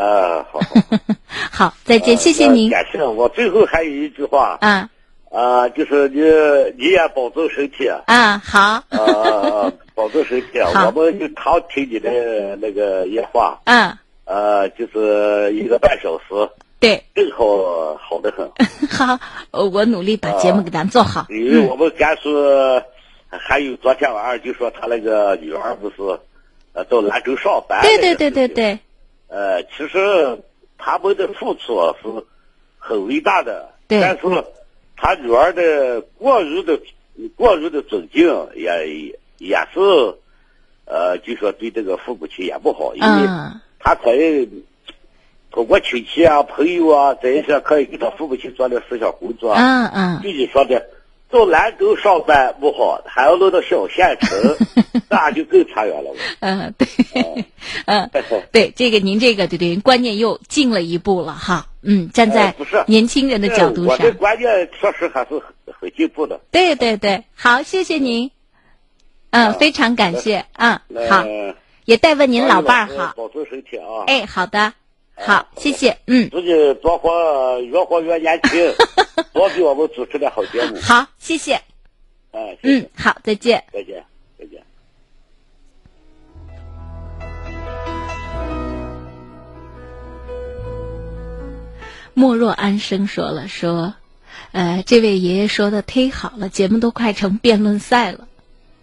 Speaker 13: 好，
Speaker 7: 好，再见，谢谢您。
Speaker 13: 感谢。我最后还有一句话就是你也保重身体
Speaker 7: 好
Speaker 13: 保重身体我们就常听你的那个夜话就是1个半小时，
Speaker 7: 对，
Speaker 13: 正好得很。
Speaker 7: 好，我努力把节目给咱做好。
Speaker 13: 因为我们甘肃还有昨天晚上就说他那个女儿不是到兰州上班。
Speaker 7: 对。
Speaker 13: 其实他们的付出是很伟大的，但是他女儿的过于的尊敬也是就说对这个父母亲也不好，因为他可以通过亲戚朋友这一些可以给他父母亲做点思想工作。对你说的到兰州上班不好，还要落到小县城，那就更差远了。
Speaker 7: 对，这个您这个对，观念又进了一步了哈。站在年轻人的角度上，
Speaker 13: 我的观念确实还是很进步的。
Speaker 7: 对，好，谢谢您。非常感谢好，也代问您老伴儿好，
Speaker 13: 保重身体
Speaker 7: 好的。好，谢谢。
Speaker 13: 自己多活越活越年轻，多给我们主持点好节目。
Speaker 7: 好，谢谢。
Speaker 13: 谢谢
Speaker 7: 好，再见。
Speaker 13: 再见。
Speaker 7: 莫若安生说了，这位爷爷说的忒好了，节目都快成辩论赛了。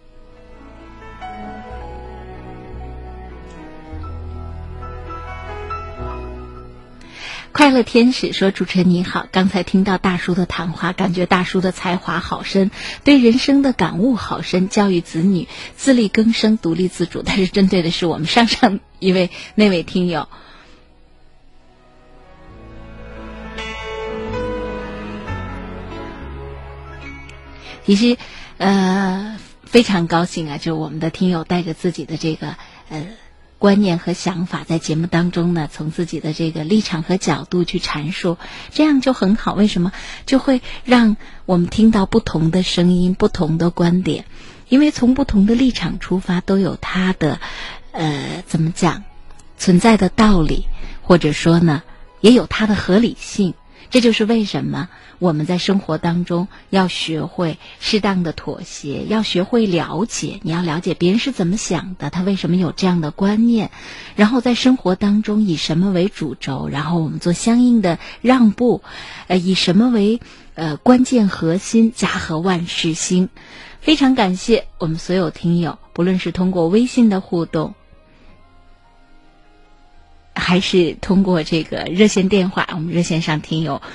Speaker 7: 快乐天使说：“主持人你好，刚才听到大叔的谈话，感觉大叔的才华好深，对人生的感悟好深，教育子女自力更生、独立自主。但是针对的是我们上一位那位听友。其实，非常高兴就是我们的听友带着自己的这个观念和想法在节目当中呢，从自己的这个立场和角度去阐述，这样就很好。为什么？就会让我们听到不同的声音、不同的观点，因为从不同的立场出发，都有它的怎么讲存在的道理，或者说呢，也有它的合理性。这就是为什么我们在生活当中要学会适当的妥协，要学会了解，你要了解别人是怎么想的，他为什么有这样的观念，然后在生活当中以什么为主轴，然后我们做相应的让步，以什么为关键核心，家和万事兴。非常感谢我们所有听友，不论是通过微信的互动，还是通过这个热线电话，我们热线上听友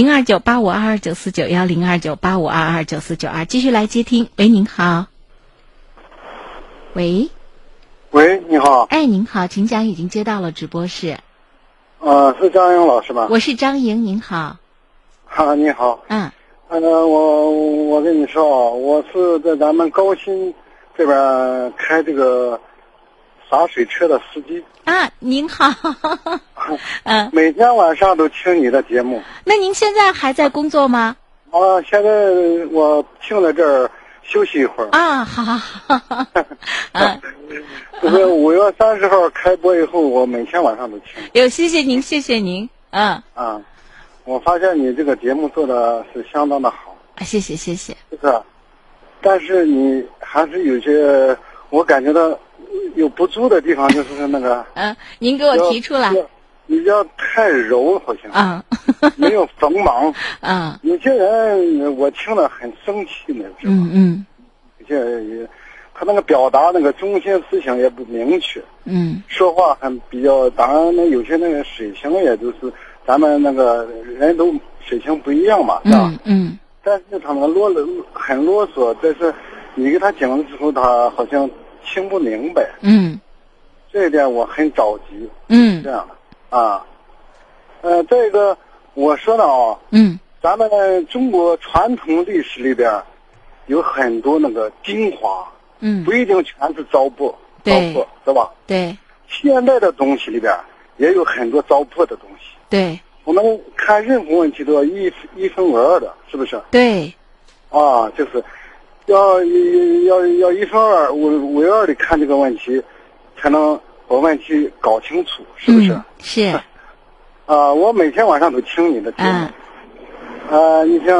Speaker 7: 0298529491，0298529492，继续来接听。喂，您好。喂，
Speaker 14: 你好。
Speaker 7: 您好，请讲，已经接到了直播室。
Speaker 14: 是张莹老师吗？
Speaker 7: 我是张莹，您好。
Speaker 14: 你好。我跟你说我是在咱们高新这边开这个洒水车的司机。
Speaker 7: 您好。
Speaker 14: 每天晚上都听你的节目。
Speaker 7: 那您现在还在工作吗？
Speaker 14: 现在我停在这儿休息一会儿。
Speaker 7: 好。
Speaker 14: 就是5月30号开播以后，我每天晚上都听。
Speaker 7: 谢谢您，谢谢您。
Speaker 14: 我发现你这个节目做的是相当的好。
Speaker 7: 谢谢。是，
Speaker 14: 但是你还是有些我感觉到有不足的地方，就是那个
Speaker 7: 您给我提出来。
Speaker 14: 比较太柔，好像没有锋芒。有些人我听了很生气呢，是吧？有些他那个表达那个中心思想也不明确。说话很比较，当然呢，有些那个水平也就是咱们那个人都水平不一样嘛，是吧？但是他们很啰嗦，但是你给他讲的时候，他好像听不明白。这一点我很着急。这样的。这个我说的咱们中国传统历史里边有很多那个精华，不一定全是糟粕，是吧？
Speaker 7: 对。
Speaker 14: 现在的东西里边也有很多糟粕的东西。
Speaker 7: 对。
Speaker 14: 我们看任何问题都要一分为二的，是不是？
Speaker 7: 对。
Speaker 14: 就是要一分为二的看这个问题，才能把问题搞清楚，是不是？
Speaker 7: 是。
Speaker 14: 我每天晚上都听你的节目。你像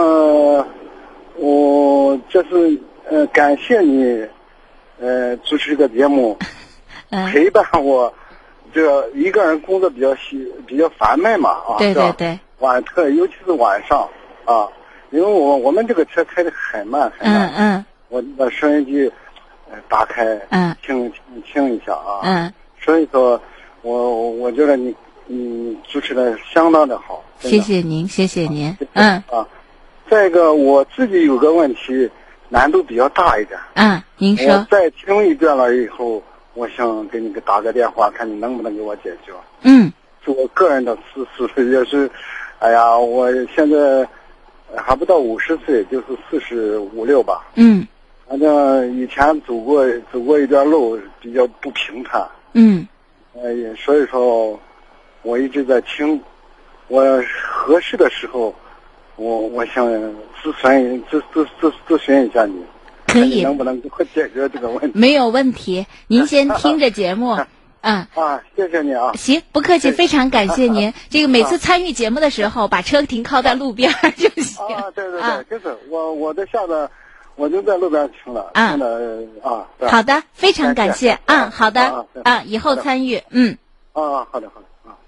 Speaker 14: 我这是感谢你主持这个节目，陪伴我。这一个人工作比较烦闷嘛啊，
Speaker 7: 对对对，
Speaker 14: 尤其是晚上啊，因为我们这个车开得很慢很慢，我把收音机打开，听一下啊，所以说我觉得你主持的相当的好，
Speaker 7: 谢谢您，谢谢您，
Speaker 14: 再一个我自己有个问题难度比较大一点，
Speaker 7: 您说，
Speaker 14: 我再听一遍了以后。我想给你打个电话，看你能不能给我解决。是我个人的私事，也是，哎呀，我现在还不到50岁，就是45、6吧。反正以前走过一段路，比较不平坦。所以说，我一直在听。我合适的时候，我想咨询一下你。
Speaker 7: 可以，
Speaker 14: 能不能给我解决这个问题？
Speaker 7: 没有问题，您先听着节目。
Speaker 14: 谢谢你啊。
Speaker 7: 行，不客气，非常感谢您。这个每次参与节目的时候，把车停靠在路边就行。
Speaker 14: 对，就是我的下边，我就在路边听了。听了
Speaker 7: 好的，非常感谢。好的。以后参与。
Speaker 14: 好的。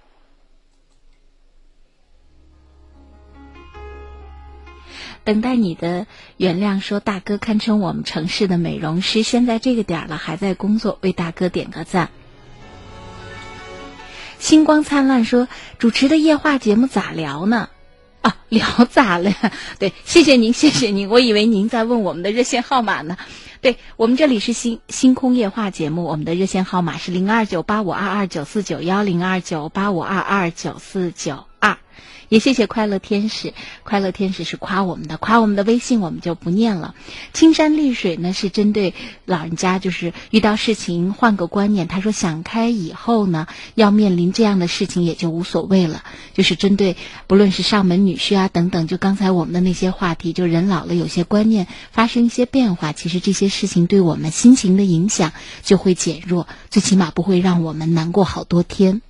Speaker 7: 等待你的原谅说，大哥堪称我们城市的美容师，现在这个点了还在工作，为大哥点个赞。星光灿烂说，主持的夜话节目咋聊呢？聊咋了？对，谢谢您，我以为您在问我们的热线号码呢。对，我们这里是星空夜话节目，我们的热线号码是029852294910 0298522949。也谢谢快乐天使是夸我们的微信我们就不念了。青山绿水呢是针对老人家，就是遇到事情换个观念，他说想开以后呢，要面临这样的事情也就无所谓了，就是针对不论是上门女婿等等，就刚才我们的那些话题，就人老了有些观念发生一些变化，其实这些事情对我们心情的影响就会减弱，最起码不会让我们难过好多天。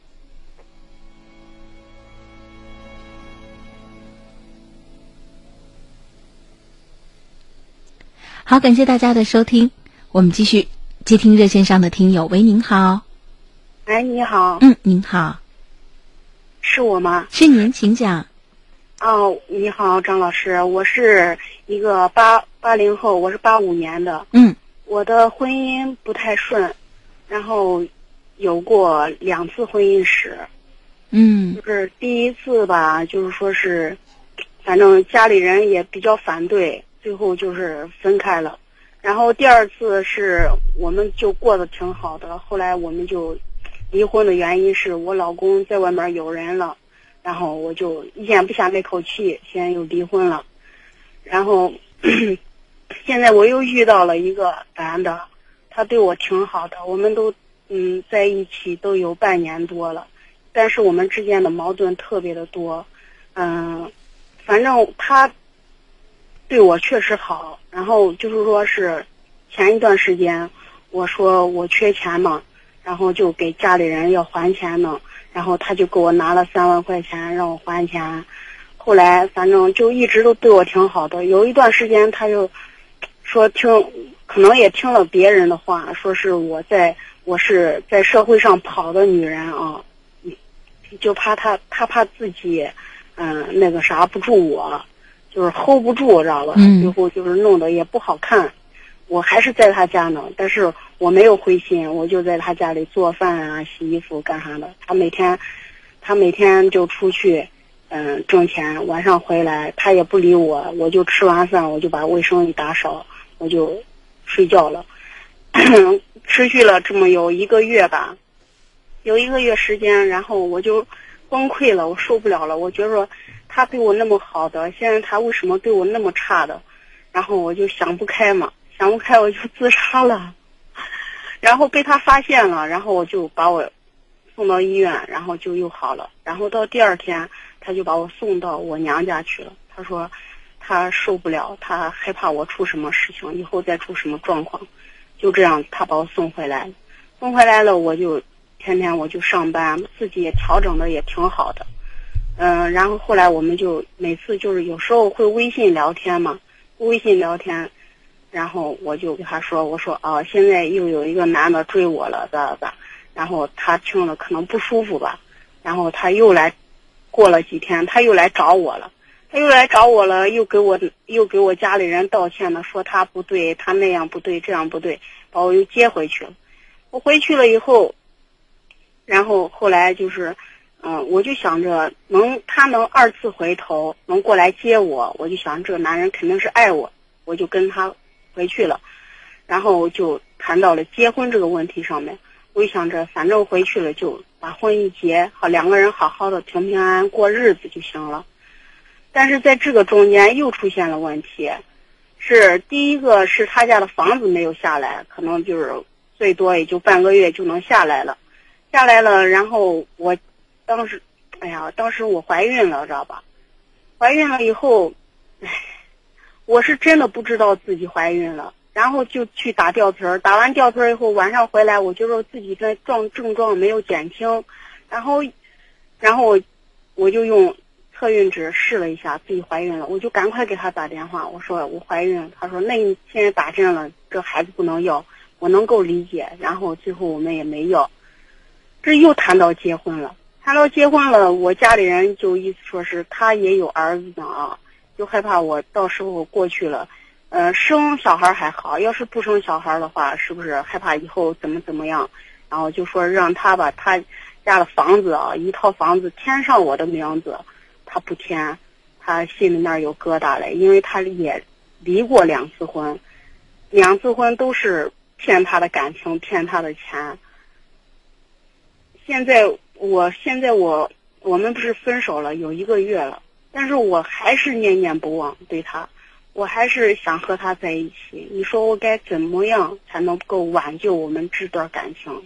Speaker 7: 好，感谢大家的收听，我们继续接听热线上的听友。喂，您好。
Speaker 15: 你好。
Speaker 7: 您好。
Speaker 15: 是我吗？
Speaker 7: 是您，请讲。
Speaker 15: 你好，张老师，我是一个80后，我是85年的。我的婚姻不太顺，然后有过2次婚姻史。就是第一次吧，就是说是，反正家里人也比较反对。最后就是分开了，然后第2次是我们就过得挺好的，后来我们就离婚的原因是我老公在外面有人了，然后我就咽不下那口气，现在又离婚了。然后现在我又遇到了一个男的，他对我挺好的，我们都在一起都有半年多了，但是我们之间的矛盾特别的多。反正他对我确实好，然后就是说是前一段时间我说我缺钱嘛，然后就给家里人要还钱呢，然后他就给我拿了3万块钱让我还钱。后来反正就一直都对我挺好的，有一段时间他就说可能也听了别人的话，说是我是在社会上跑的女人啊，就怕他怕自己那个啥不住我，就是 hold 不住，知道吧？最后就是弄得也不好看。我还是在他家呢，但是我没有灰心，我就在他家里做饭啊、洗衣服干啥的。他每天就出去挣钱，晚上回来他也不理我，我就吃完饭我就把卫生一打扫，我就睡觉了。持续了这么有1个月吧，有1个月时间，然后我就崩溃了，我受不了了。我觉得他对我那么好的，现在他为什么对我那么差的？然后我就想不开我就自杀了。然后被他发现了，然后我就把我送到医院，然后就又好了。然后到第2天他就把我送到我娘家去了，他说他受不了，他害怕我出什么事情，以后再出什么状况。就这样他把我送回来了，我就天天我就上班，自己也调整的也挺好的。然后后来我们就每次就是有时候会微信聊天嘛，然后我就跟他说，我说现在又有一个男的追我了，咋，然后他听了可能不舒服吧，然后他又来，过了几天他又来找我了，又给我家里人道歉了，说他不对，他那样不对，这样不对，把我又接回去了。我回去了以后，然后后来就是我就想着他能2次回头能过来接我，我就想这个男人肯定是爱我，我就跟他回去了。然后就谈到了结婚这个问题上面，我就想着反正回去了就把婚一结，好2个人好好的平平安安过日子就行了。但是在这个中间又出现了问题，是第一个是他家的房子没有下来，可能就是最多也就半个月就能下来了，然后我当时我怀孕了，知道吧？怀孕了以后，我是真的不知道自己怀孕了，然后就去打吊瓶，打完吊瓶以后晚上回来，我觉得自己的症状没有减轻，然后我就用测孕纸试了一下自己怀孕了，我就赶快给他打电话，我说我怀孕了，他说那你现在打针了，这孩子不能要，我能够理解，然后最后我们也没要。这又谈到结婚了，我家里人就意思说是他也有儿子呢啊，就害怕我到时候过去了，生小孩还好，要是不生小孩的话，是不是害怕以后怎么样？然后就说让他把他家的房子一套房子填上我的名字，他不填，他心里面有疙瘩嘞，因为他也离过2次婚，2次婚都是骗他的感情，骗他的钱。现在我们不是分手了有1个月了，但是我还是念念不忘对他，我还是想和他在一起。你说我该怎么样才能够挽救我们这段感情？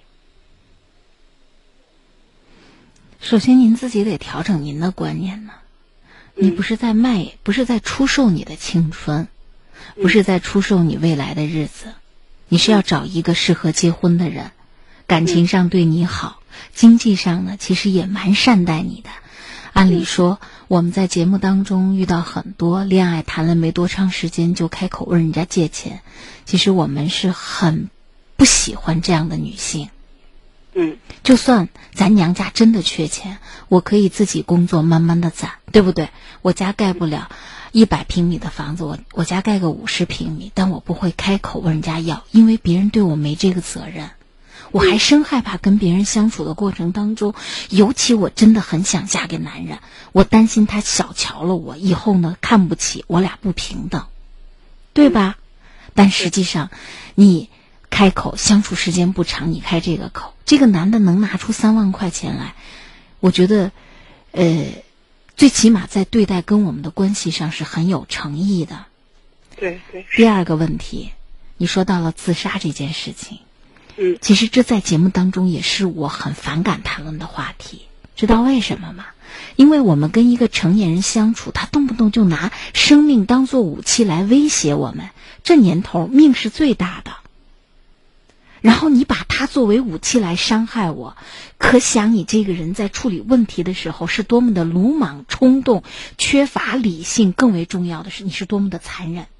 Speaker 3: 首先您自己得调整您的观念呢，你不是在不是在出售你的青春，不是在出售你未来的日子，你是要找一个适合结婚的人，感情上对你好，经济上呢其实也蛮善待你的。按理说我们在节目当中遇到很多恋爱谈了没多长时间就开口问人家借钱，其实我们是很不喜欢这样的女性。就算咱娘家真的缺钱，我可以自己工作慢慢的攒，对不对？我家盖不了100平米的房子，我家盖个50平米，但我不会开口问人家要，因为别人对我没这个责任。我还生害怕跟别人相处的过程当中，尤其我真的很想嫁给男人，我担心他小瞧了我，以后呢看不起，我俩不平等，对吧？但实际上你开口相处时间不长，你开这个口，这个男的能拿出3万块钱来，我觉得最起码在对待跟我们的关系上是很有诚意的。
Speaker 15: 对。
Speaker 3: 第二个问题，你说到了自杀这件事情，其实这在节目当中也是我很反感谈论的话题，知道为什么吗？因为我们跟一个成年人相处，他动不动就拿生命当作武器来威胁我们，这年头命是最大的，然后你把它作为武器来伤害我，可想你这个人在处理问题的时候是多么的鲁莽冲动，缺乏理性，更为重要的是你是多么的残忍。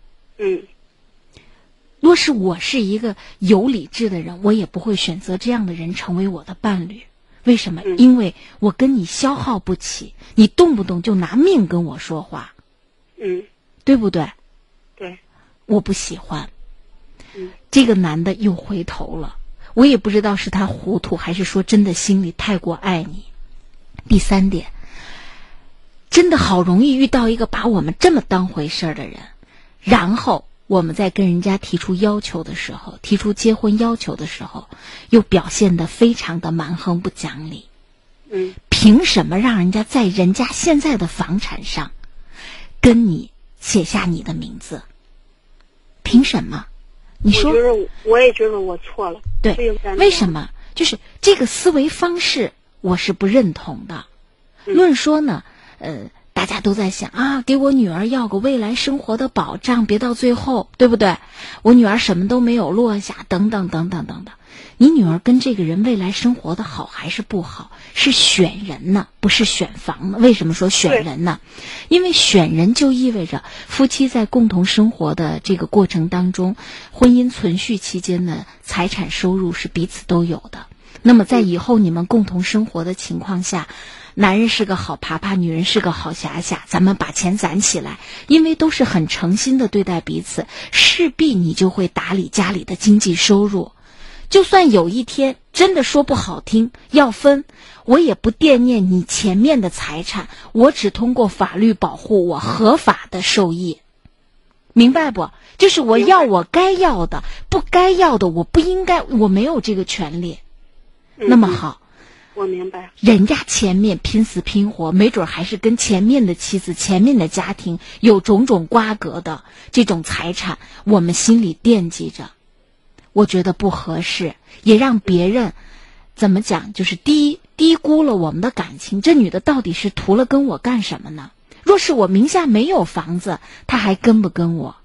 Speaker 3: 若是我是一个有理智的人，我也不会选择这样的人成为我的伴侣。为什么？因为我跟你消耗不起，你动不动就拿命跟我说话，对不对？
Speaker 15: 对，
Speaker 3: 我不喜欢。这个男的又回头了，我也不知道是他糊涂，还是说真的心里太过爱你。第3点，真的好容易遇到一个把我们这么当回事儿的人，然后我们在跟人家提出要求的时候，提出结婚要求的时候，又表现得非常的蛮横不讲理。凭什么让人家在人家现在的房产上跟你写下你的名字？凭什么？你说，
Speaker 15: 我也觉得我错了。
Speaker 3: 对，为什么？就是这个思维方式我是不认同的。论说呢，大家都在想啊，给我女儿要个未来生活的保障，别到最后，对不对？我女儿什么都没有落下，等等等等等等。
Speaker 7: 你女儿跟这个人未来生活的好还是不好，是选人呢，不是选房呢。为什么说选人呢？因为选人就意味着夫妻在共同生活的这个过程当中，婚姻存续期间的财产收入是彼此都有的。那么在以后你们共同生活的情况下，男人是个好爬爬，女人是个好霞霞，咱们把钱攒起来，因为都是很诚心的对待彼此，势必你就会打理家里的经济收入。就算有一天真的说不好听要分，我也不惦念你前面的财产，我只通过法律保护我合法的受益，明白不？就是我要我该要的，不该要的我不应该，我没有这个权利。那么好，
Speaker 15: 我明白。
Speaker 7: 人家前面拼死拼活，没准还是跟前面的妻子、前面的家庭有种种瓜葛的这种财产，我们心里惦记着，我觉得不合适，也让别人怎么讲，就是低估了我们的感情。这女的到底是图了跟我干什么呢？若是我名下没有房子，她还跟不跟我？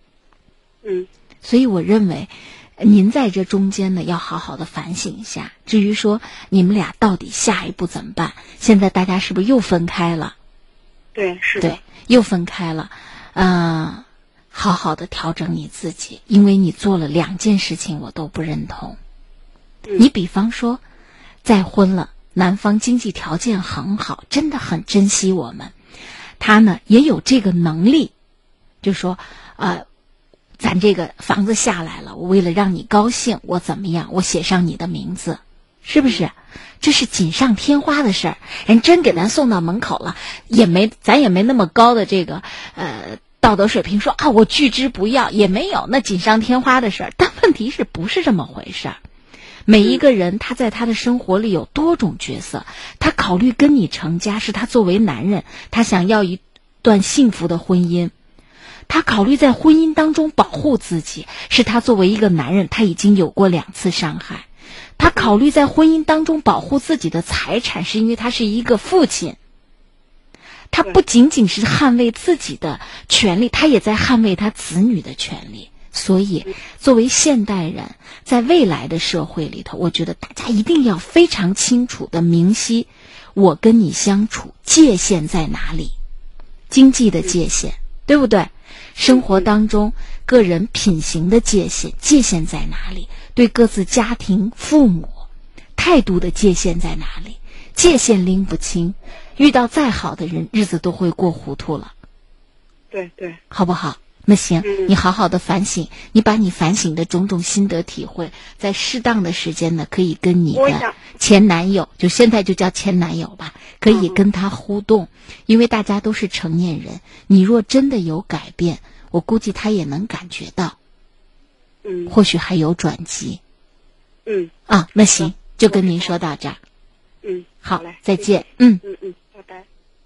Speaker 7: 所以我认为您在这中间呢，要好好的反省一下。至于说你们俩到底下一步怎么办，现在大家是不是又分开了？
Speaker 15: 对，是的，
Speaker 7: 对，又分开了。好好的调整你自己，因为你做了2件事情我都不认同。你比方说再婚了，男方经济条件很好，真的很珍惜我们，他呢也有这个能力，就说咱这个房子下来了，我为了让你高兴，我怎么样，我写上你的名字，是不是？这是锦上添花的事儿，人真给咱送到门口了，咱也没那么高的这个道德水平说啊我拒之不要，也没有那锦上添花的事儿。但问题是不是这么回事儿？每一个人他在他的生活里有多种角色，他考虑跟你成家是他作为男人，他想要一段幸福的婚姻，他考虑在婚姻当中保护自己，是他作为一个男人，他已经有过2次伤害。他考虑在婚姻当中保护自己的财产，是因为他是一个父亲。他不仅仅是捍卫自己的权利，他也在捍卫他子女的权利。所以作为现代人，在未来的社会里头，我觉得大家一定要非常清楚的明晰我跟你相处界限在哪里，经济的界限，对不对？生活当中个人品行的界限在哪里？对各自家庭父母态度的界限在哪里？界限拎不清，遇到再好的人，日子都会过糊涂了。
Speaker 15: 对，
Speaker 7: 好不好？那行，你好好的反省，你把你反省的种种心得体会，在适当的时间呢，可以跟你的前男友，就现在就叫前男友吧，可以跟他互动，因为大家都是成年人，你若真的有改变，我估计他也能感觉到，或许还有转机。那行，就跟您说到这儿。好，再见。
Speaker 15: 拜拜。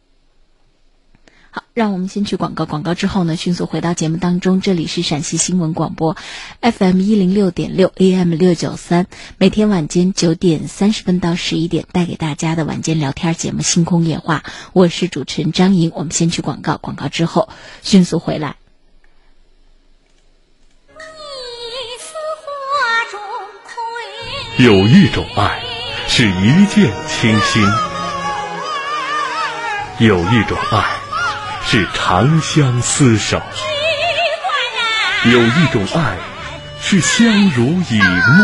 Speaker 7: 好，让我们先去广告，广告之后呢，迅速回到节目当中。这里是陕西新闻广播 FM 106.6 AM 693，每天晚间9点30分到11点带给大家的晚间聊天节目《星空夜话》，我是主持人张莹。我们先去广告，广告之后迅速回来。
Speaker 10: 有一种爱是一见倾心，有一种爱是长相厮守，有一种爱是相濡以沫，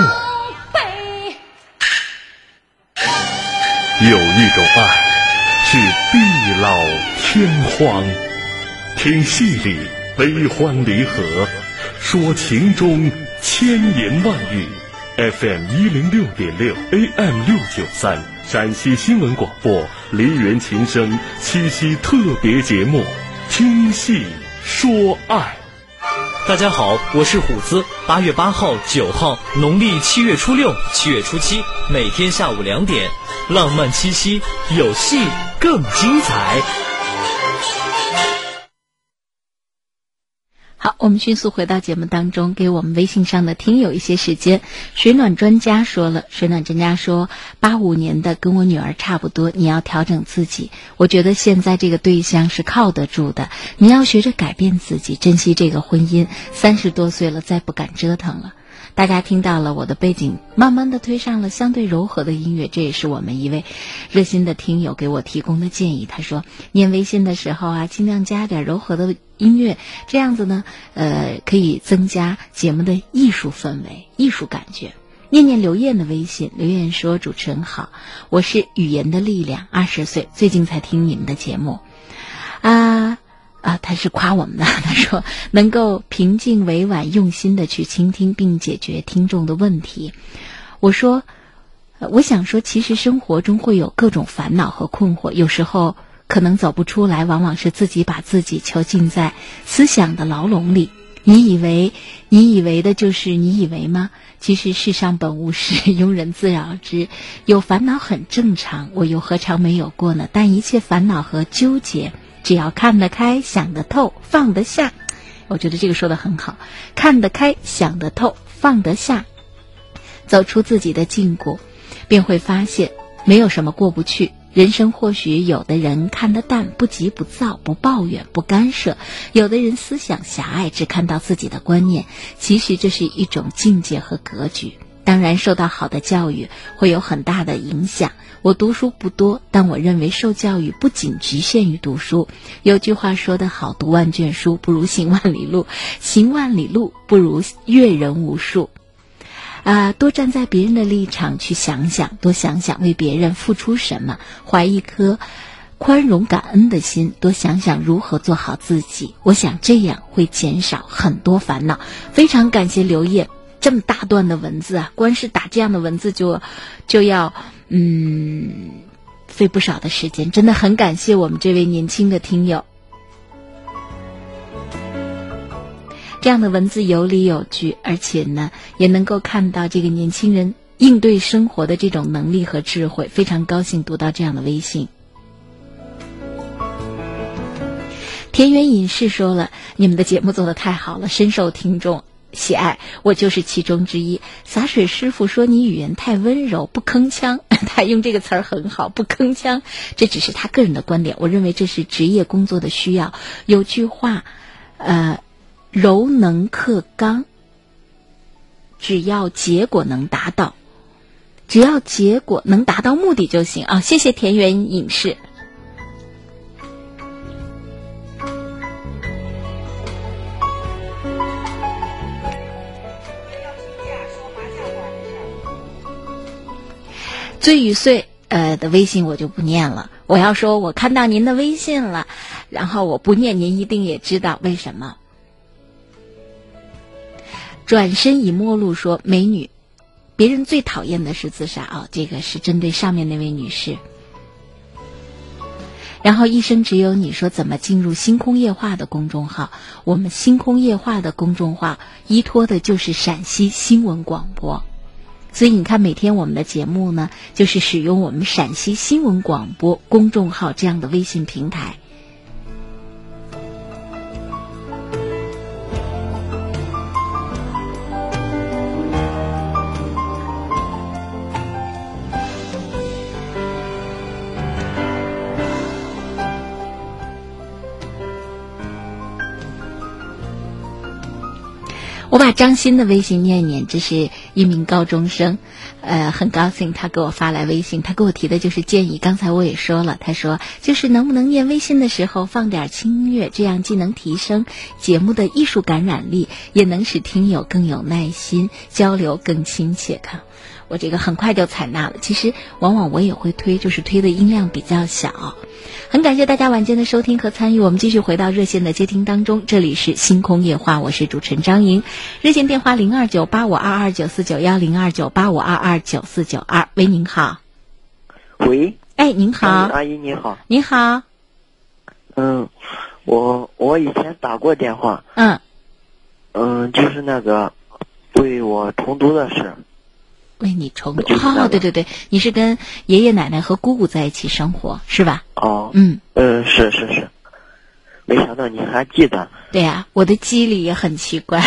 Speaker 10: 有一种爱是地老天荒。听戏里悲欢离合，说情中千言万语。FM 106.6 AM 693，陕西新闻广播梨园情深七夕特别节目，听戏说爱。
Speaker 16: 大家好，我是虎子。8月8号、9号，农历7月初6、7月初7，每天下午2点，浪漫七夕，有戏更精彩。
Speaker 7: 好，我们迅速回到节目当中，给我们微信上的听友一些时间。水暖专家说了，水暖专家说85年的跟我女儿差不多，你要调整自己。我觉得现在这个对象是靠得住的，你要学着改变自己，珍惜这个婚姻。30多岁了，再不敢折腾了。 大家听到了我的背景慢慢的推上了相对柔和的音乐，这也是我们一位热心的听友给我提供的建议。他说念微信的时候啊，尽量加点柔和的音乐，这样子呢可以增加节目的艺术氛围、艺术感觉。念念刘艳的微信，刘艳说：主持人好，我是语言的力量，20岁，最近才听你们的节目他是夸我们的，他说能够平静委婉用心的去倾听并解决听众的问题。我说我想说，其实生活中会有各种烦恼和困惑，有时候可能走不出来，往往是自己把自己囚禁在思想的牢笼里。你以为的就是你以为吗？其实世上本无事，庸人自扰之。有烦恼很正常，我又何尝没有过呢？但一切烦恼和纠结，只要看得开，想得透，放得下。我觉得这个说得很好，看得开，想得透，放得下，走出自己的禁锢，便会发现没有什么过不去。人生或许有的人看得淡，不急不躁，不抱怨，不干涉；有的人思想狭隘，只看到自己的观念。其实这是一种境界和格局。当然受到好的教育会有很大的影响。我读书不多，但我认为受教育不仅局限于读书。有句话说得好，读万卷书不如行万里路，行万里路不如阅人无数。多站在别人的立场去想想，多想想为别人付出什么，怀一颗宽容感恩的心，多想想如何做好自己。我想这样会减少很多烦恼。非常感谢刘烨这么大段的文字啊，光是打这样的文字就要费不少的时间，真的很感谢我们这位年轻的听友。这样的文字有理有据，而且呢也能够看到这个年轻人应对生活的这种能力和智慧。非常高兴读到这样的微信。田园隐士说了，你们的节目做得太好了，深受听众喜爱，我就是其中之一。洒水师傅说你语言太温柔，不铿锵，他用这个词儿很好，不铿锵，这只是他个人的观点，我认为这是职业工作的需要。有句话柔能克刚，只要结果能达到目的就行啊！谢谢田园隐士。醉与碎的微信我就不念了，我要说我看到您的微信了，然后我不念，您一定也知道为什么。转身已陌路说，美女，别人最讨厌的是自杀这个是针对上面那位女士。然后一生只有你说怎么进入星空夜话的公众号？我们星空夜话的公众号依托的就是陕西新闻广播，所以你看每天我们的节目呢，就是使用我们陕西新闻广播公众号这样的微信平台。我把张鑫的微信念一念，这是一名高中生，很高兴他给我发来微信，他给我提的就是建议。刚才我也说了，他说就是能不能念微信的时候放点轻音乐，这样既能提升节目的艺术感染力，也能使听友更有耐心，交流更亲切。看我这个很快就采纳了，其实往往我也会推，就是推的音量比较小。很感谢大家晚间的收听和参与，我们继续回到热线的接听当中。这里是星空夜话，我是主持人张莹，热线电话0298522949102985229492。喂，您好。
Speaker 17: 喂，
Speaker 7: 您好，
Speaker 17: 阿姨你好。
Speaker 7: 你好。
Speaker 17: 我以前打过电话。就是那个为我重读的事。
Speaker 7: 为你重读对对对，你是跟爷爷奶奶和姑姑在一起生活是吧？
Speaker 17: 是，没想到你还记得。
Speaker 7: 对呀，我的记忆力也很奇怪。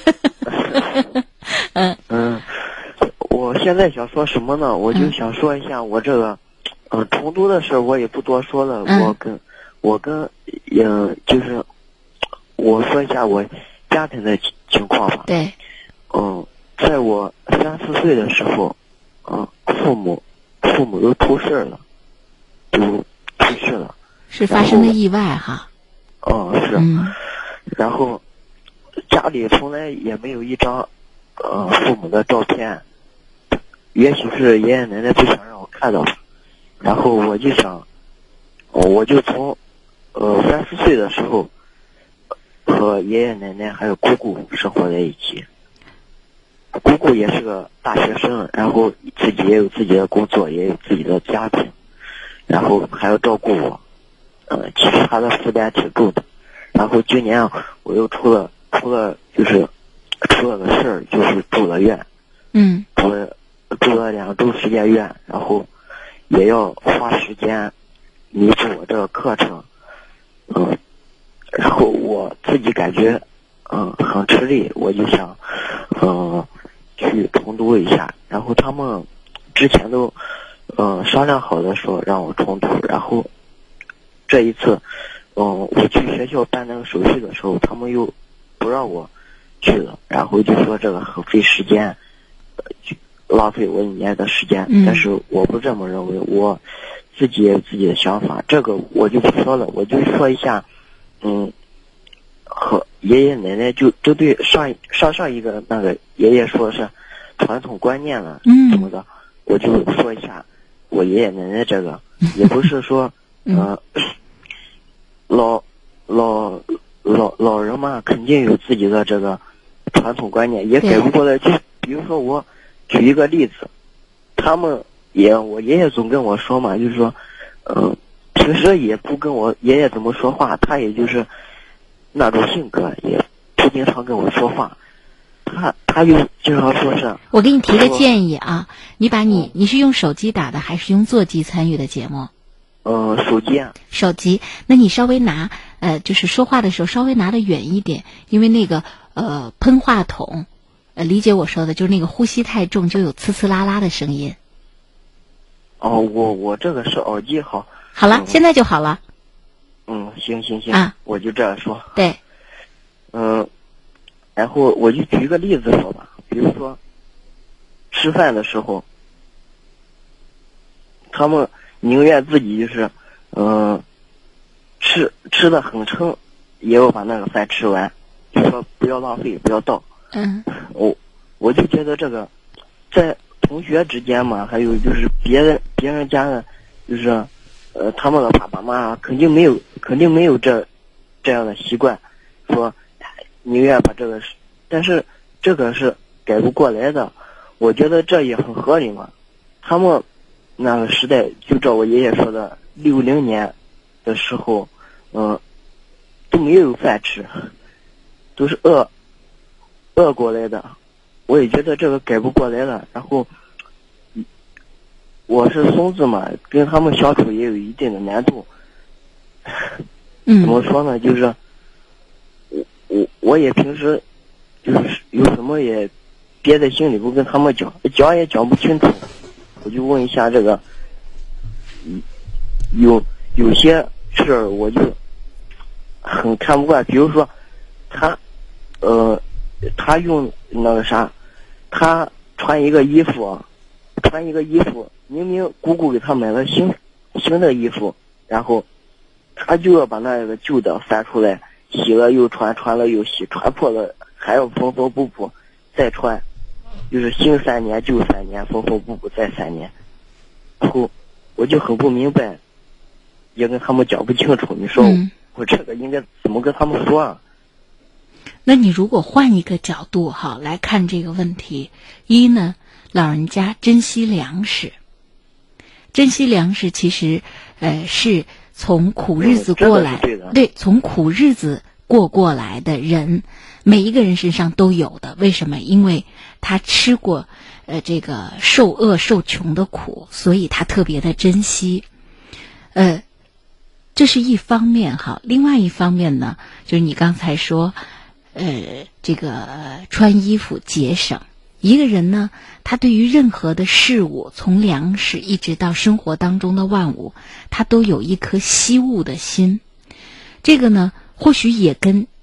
Speaker 17: 我现在想说什么呢？我就想说一下我这个重读的事，我也不多说了。就是我说一下我家庭的情况吧。
Speaker 7: 对。
Speaker 17: 在我3、4岁的时候，父母都出事了，就去世了。
Speaker 7: 是发生的意外哈？
Speaker 17: 是。然后家里从来也没有一张父母的照片，也许是爷爷奶奶不想让我看到。然后我就想，我就从3、4岁的时候和爷爷奶奶还有姑姑生活在一起。姑姑也是个大学生，然后自己也有自己的工作，也有自己的家庭，然后还要照顾我，其实他的负担挺重的。然后今年我又出了个事儿，就是住了院，住了2周时间院，然后也要花时间弥补我这个课程，然后我自己感觉很吃力，我就想去重读一下。然后他们之前都商量好的说让我重读，然后这一次我去学校办那个手续的时候，他们又不让我去了，然后就说这个很费时间，浪费我1年的时间。但是我不这么认为，我自己也有自己的想法，这个我就不说了，我就说一下，和爷爷奶奶就对上一个那个爷爷说是传统观念了，怎么的，我就说一下我爷爷奶奶这个，也不是说老人嘛，肯定有自己的这个传统观念，也改不过来。就比如说我举一个例子，我爷爷总跟我说嘛，就是说，平时也不跟我爷爷怎么说话，他也就是那种性格，也不经常跟我说话。他就经常说是。
Speaker 7: 我给你提个建议啊，你是用手机打的还是用座机参与的节目？
Speaker 17: 手机啊。
Speaker 7: 手机，那你稍微拿就是说话的时候稍微拿得远一点，因为那个喷话筒，理解我说的就是那个呼吸太重，就有呲呲啦啦的声音。
Speaker 17: 我这个是耳机好。
Speaker 7: 好了，现在就好了。
Speaker 17: 行
Speaker 7: 啊，
Speaker 17: 我就这样说。
Speaker 7: 对。
Speaker 17: 然后我就举一个例子说吧，比如说吃饭的时候，他们宁愿自己就是吃的很撑，也要把那个饭吃完，就说不要浪费，不要倒。我就觉得这个在同学之间嘛，还有就是别人家的，就是他们的爸爸妈妈肯定没有这样的习惯，说宁愿把这个，但是这个是改不过来的。我觉得这也很合理嘛。他们那个时代，就照我爷爷说的，60年的时候，都没有饭吃，都是饿过来的。我也觉得这个改不过来了。然后我是孙子嘛，跟他们相处也有一定的难度。怎么说呢？就是我也平时就是有什么也憋在心里不跟他们讲也讲不清楚。我就问一下这个，有些事儿我就很看不惯，比如说他用那个啥，他穿一个衣服，明明姑姑给他买了新的衣服，然后他就要把那个旧的翻出来，洗了又穿，穿了又洗，穿破了还要缝缝补补再穿，就是新3年旧3年，缝缝补补再3年。然后我就很不明白，也跟他们讲不清楚，你说我这个应该怎么跟他们说啊？
Speaker 7: 那你如果换一个角度来看这个问题，一呢，老人家珍惜粮食其实是从苦日子过来，对，从苦日子过来的人，每一个人身上都有的。为什么？因为他吃过这个受饿受穷的苦，所以他特别的珍惜。这是一方面另外一方面呢，就是你刚才说这个穿衣服节省。一个人呢，他对于任何的事物，从粮食一直到生活当中的万物，他都有一颗惜物的心。这个呢，或许也跟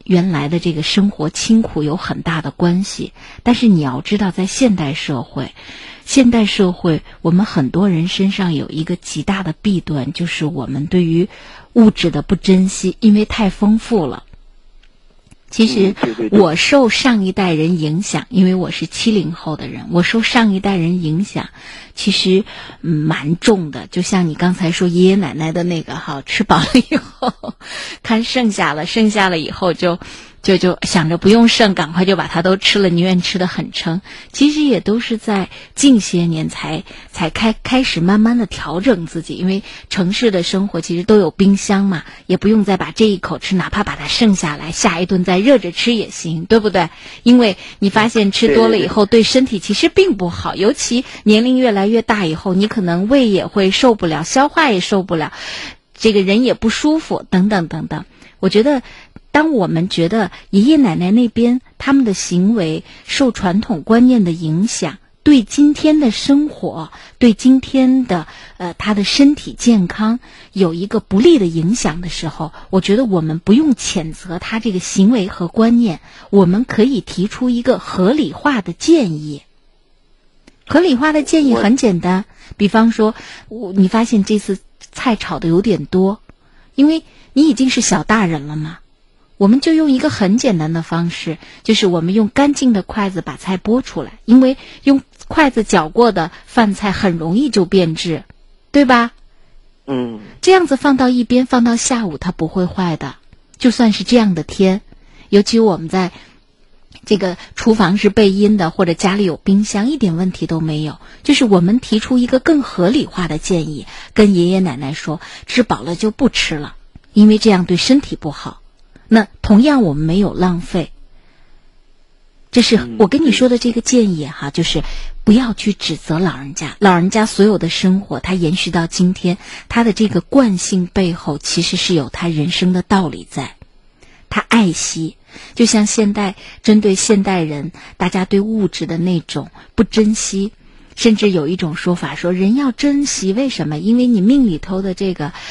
Speaker 3: 原来的这个生活清苦有很大的关系。但是你要知道，在现代社会我们很多人身上有一个极大的弊端，就是我们对于物质的不珍惜，因为太丰富了。其实我受上一代人影响，因为我是70后的人，我受上一代人影响其实蛮重的。就像你刚才说爷爷奶奶的那个吃饱了以后看剩下了以后就想着不用剩，赶快就把它都吃了，宁愿吃得很撑。其实也都是在近些年才开始慢慢的调整自己，因为城市的生活其实都有冰箱嘛，也不用再把这一口吃，哪怕把它剩下来，下一顿再热着吃也行，对不对？因为你发现吃多了以后对身体其实并不好，尤其年龄越来越大以后，你可能胃也会受不了，消化也受不了，这个人也不舒服，等等等等。我觉得当我们觉得爷爷奶奶那边他们的行为受传统观念的影响，对今天的生活，对今天的他的身体健康有一个不利的影响的时候，我觉得我们不用谴责他这个行为和观念，我们可以提出一个合理化的建议。合理化的建议很简单，比方说你发现这次菜炒的有点多，因为你已经是小大人了嘛，我们就用一个很简单的方式，就是我们用干净的筷子把菜拨出来，因为用筷子搅过的饭菜很容易就变质，对吧？这样子放到一边，放到下午它不会坏的。就算是这样的天，尤其我们在这个厨房是背阴的，或者家里有冰箱，一点问题都没有。就是我们提出一个更合理化的建议，跟爷爷奶奶说吃饱了就不吃了，因为这样对身体不好。那同样我们没有浪费，这是我跟你说的这个建议就是不要去指责老人家。老人家所有的生活他延续到今天，他的这个惯性背后其实是有他人生的道理在，他爱惜。就像现代针对现代人，大家对物质的那种不珍惜，甚至有一种说法说人要珍惜，为什么？因为你命里头的这个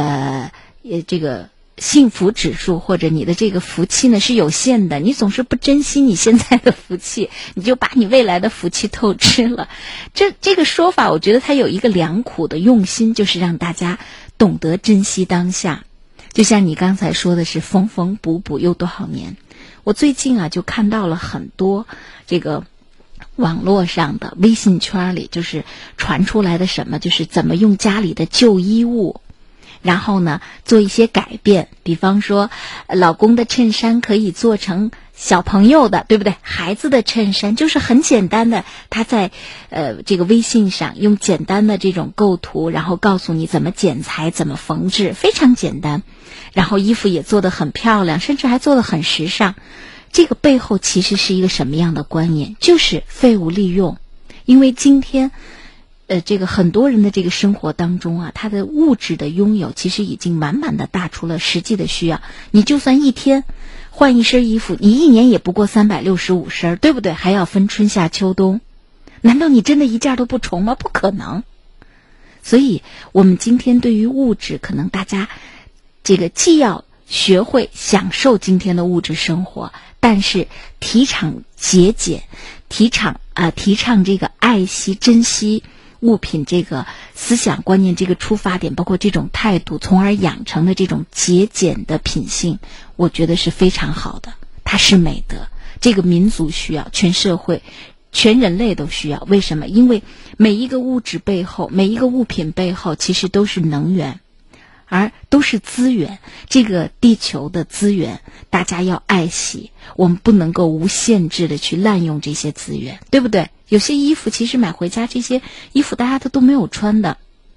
Speaker 3: 幸福指数或者你的这个福气呢是有限的，你总是不珍惜你现在的福气，你就把你未来的福气透支了。这个说法我觉得它有一个良苦的用心，就是让大家懂得珍惜当下。就像你刚才说的是缝缝补补又多少年，我最近就看到了很多这个网络上的微信圈里就是传出来的什么，就是怎么用家里的旧衣物然后呢做一些改变，比方说老公的衬衫可以做成小朋友的，对不对？孩子的衬衫就是很简单的，他在这个微信上用简单的这种构图，然后告诉你怎么剪裁，怎么缝制，非常简单。然后衣服也做得很漂亮，甚至还做得很时尚。这个背后其实是一个什么样的观念？就是废物利用。因为今天这个很多人的这个生活当中他的物质的拥有其实已经满满的大出了实际的需要。你就算一天换一身衣服，你一年也不过365身，对不对？还要分春夏秋冬，难道你真的一件都不重吗？不可能。所以我们今天对于物质，可能大家这个既要学会享受今天的物质生活，但是提倡节俭，提倡这个爱惜珍惜物品这个思想观念，这个出发点，包括这种态度，从而养成的这种节俭的品性，我觉得是非常好的，它是美德。这个民族需要，全社会全人类都需要。为什么？因为每一个物质背后，每一个物品背后其实都是能源，而都是资源。这个地球的资源大家要爱惜，我们不能够无限制的去滥用这些资源，对不对？有些衣服其实买回家，这些衣服大家都没有穿的。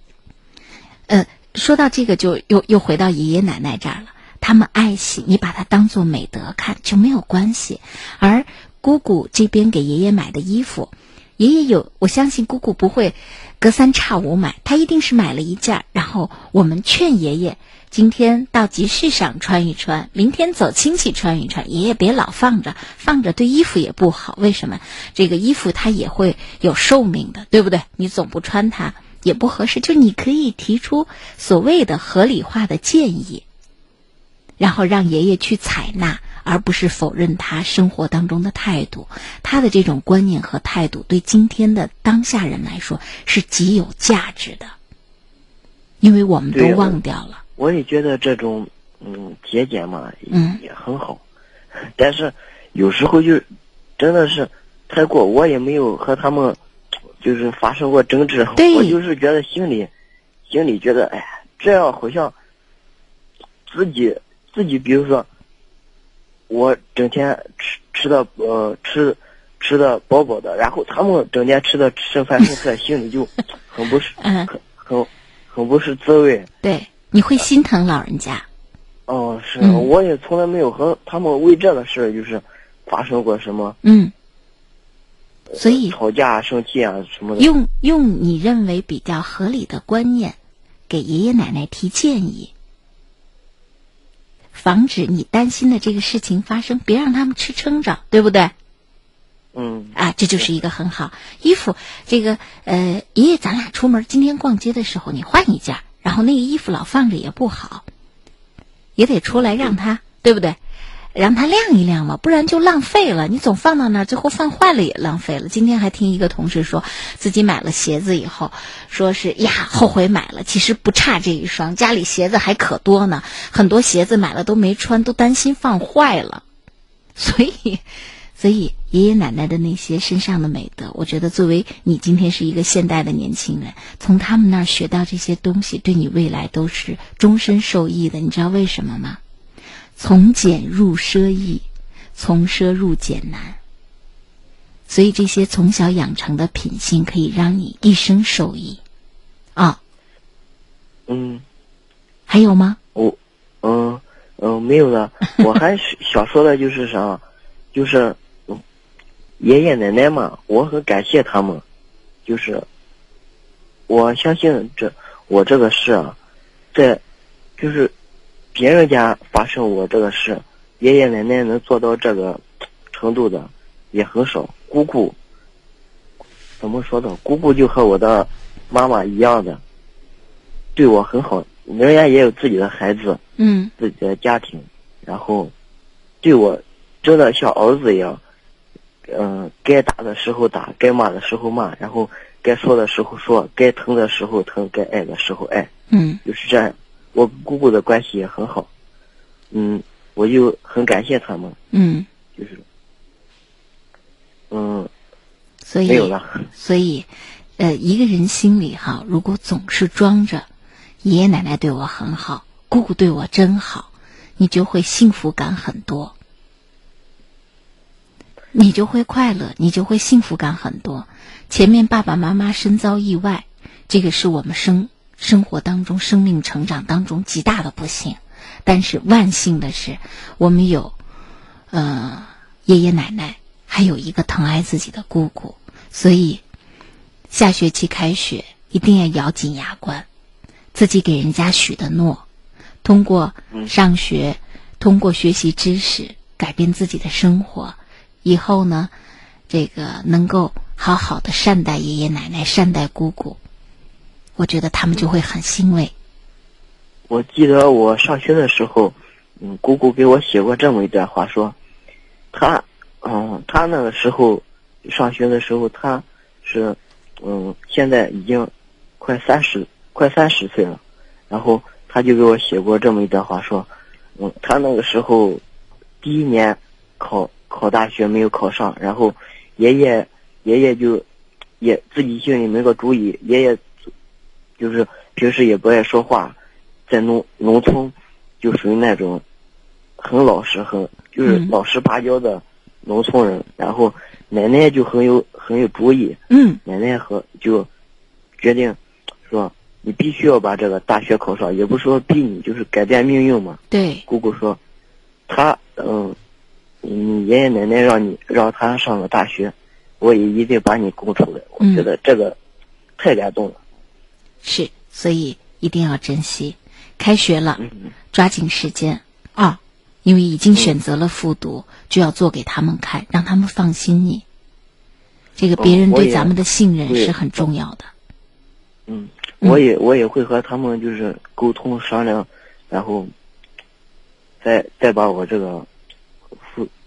Speaker 3: 说到这个就又回到爷爷奶奶这儿了，他们爱惜，你把它当作美德看就没有关系。而姑姑这边给爷爷买的衣服，爷爷我相信姑姑不会隔三差五买，他一定是买了一件，然后我们劝爷爷今天到集市上穿一穿，明天走亲戚穿一穿，爷爷别老放着对衣服也不好。为什么？这个衣服它也会有寿命的，对不对？你总不穿它也不合适。就你可以提出所谓的合理化的建议，然后让爷爷去采纳， 而不是否认他生活当中的态度。他的这种观念和态度对今天的当下人来说是极有价值的，因为我们都忘掉了。
Speaker 17: 我也觉得这种节俭嘛也很好，但是有时候就真的是太过，我也没有和他们就是发生过争执，我就是觉得心里觉得哎，这样好像自己比如说我整天吃的饱饱的，然后他们整天吃的剩饭剩菜，心里就很不是很不是滋味。
Speaker 3: 对，你会心疼老人家。
Speaker 17: 哦，是，我也从来没有和他们为这个事就是发生过什么
Speaker 3: 所以
Speaker 17: 吵架生气啊什么的。
Speaker 3: 用你认为比较合理的观念给爷爷奶奶提建议，防止你担心的这个事情发生，别让他们吃撑着，对不对？这就是一个很好。衣服这个爷爷咱俩出门今天逛街的时候你换一件，然后那个衣服老放着也不好，也得出来让他，对不对？让他晾一晾嘛，不然就浪费了。你总放到那儿，最后放坏了也浪费了。今天还听一个同事说，自己买了鞋子以后，说是后悔买了，其实不差这一双，家里鞋子还可多呢，很多鞋子买了都没穿，都担心放坏了。所以爷爷奶奶的那些身上的美德，我觉得作为你今天是一个现代的年轻人，从他们那儿学到这些东西，对你未来都是终身受益的。你知道为什么吗？从俭入奢易，从奢入俭难。所以这些从小养成的品性可以让你一生受益啊。还有吗？
Speaker 17: 没有了。我还想说的就是啥，就是爷爷奶奶嘛，我很感谢他们。就是我相信我这个事啊，在就是别人家发生我这个事，爷爷奶奶能做到这个程度的也很少。姑姑怎么说的？姑姑就和我的妈妈一样的，对我很好，人家也有自己的孩子，自己的家庭，然后对我真的像儿子一样，该打的时候打，该骂的时候骂，然后该说的时候说，该疼的时候疼，该爱的时候爱，就是这样。我姑姑的关系也很好，我就很感谢他们，就是没有了。
Speaker 3: 所以一个人心里如果总是装着爷爷奶奶对我很好，姑姑对我真好，你就会幸福感很多，你就会快乐，你就会幸福感很多。前面爸爸妈妈身遭意外，这个是我们生活当中生命成长当中极大的不幸，但是万幸的是我们有爷爷奶奶，还有一个疼爱自己的姑姑。所以下学期开学一定要咬紧牙关，自己给人家许的诺，通过上学，通过学习知识改变自己的生活，以后呢这个能够好好的善待爷爷奶奶，善待姑姑，我觉得他们就会很欣慰。
Speaker 17: 我记得我上学的时候，姑姑给我写过这么一段话，说他那个时候上学的时候，他是现在已经快30岁了，然后他就给我写过这么一段话，说他那个时候第一年考大学没有考上，然后爷爷就也自己心里没个主意，爷爷就是平时也不爱说话，在农村就属于那种很老实，就是老实巴交的农村人。然后奶奶就很有主意，奶奶就决定说你必须要把这个大学考上，也不是说逼你，就是改变命运嘛。
Speaker 3: 对，
Speaker 17: 姑姑说你爷爷奶奶让他上了大学，我也一定把你供出来。我觉得这个太感动了。
Speaker 3: 是，所以一定要珍惜。开学了，抓紧时间啊！因为已经选择了复读，就要做给他们看，让他们放心你。这个别人对咱们的信任是很重要的。
Speaker 17: 我也会和他们就是沟通商量，然后再把我这个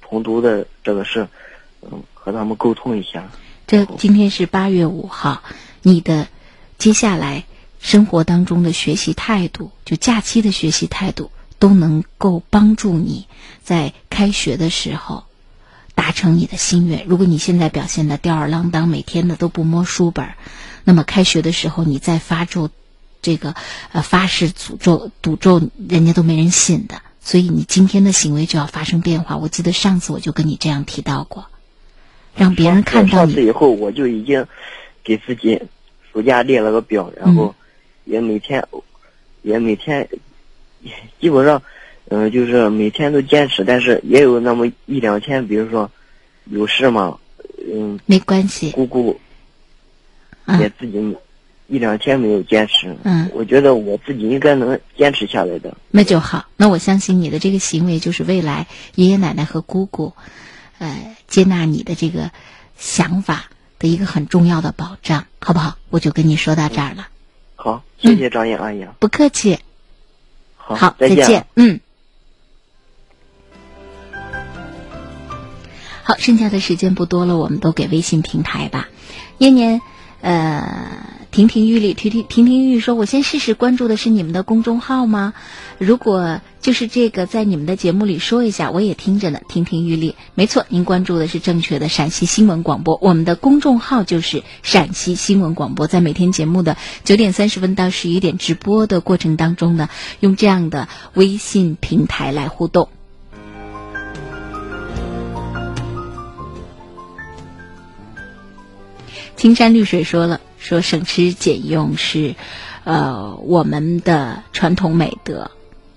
Speaker 17: 通读的这个事，和他们沟通一下。
Speaker 7: 这今天是8月5号，你的接下来生活当中的学习态度，就假期的学习态度，都能够帮助你在开学的时候达成你的心愿。如果你现在表现的吊儿郎当，每天的都不摸书本，那么开学的时候你再发咒这个发誓诅咒赌咒，人家都没人信的。所以你今天的行为就要发生变化。我记得上次我就跟你这样提到过，让别人看到你。
Speaker 17: 上次以后我就已经给自己暑假列了个表，然后也每天基本上就是每天都坚持，但是也有那么1-2天，比如说有事嘛，
Speaker 7: 没关系，
Speaker 17: 姑姑也自己1-2天没有坚持，我觉得我自己应该能坚持下来的。
Speaker 7: 那就好，那我相信你的这个行为就是未来爷爷奶奶和姑姑接纳你的这个想法的一个很重要的保障，好不好？我就跟你说到这儿了。
Speaker 17: 好，谢谢张燕阿姨。
Speaker 7: 不客气。
Speaker 17: 好，
Speaker 7: 再见。好，剩下的时间不多了，我们都给微信平台吧。念念亭亭玉立，亭亭玉立说，我先试试关注的是你们的公众号吗？如果就是这个在你们的节目里说一下，我也听着呢。亭亭玉立，没错，您关注的是正确的陕西新闻广播，我们的公众号就是陕西新闻广播。在每天节目的9点30分到11点直播的过程当中呢，用这样的微信平台来互动。青山绿水说了，说省吃俭用是我们的传统美德。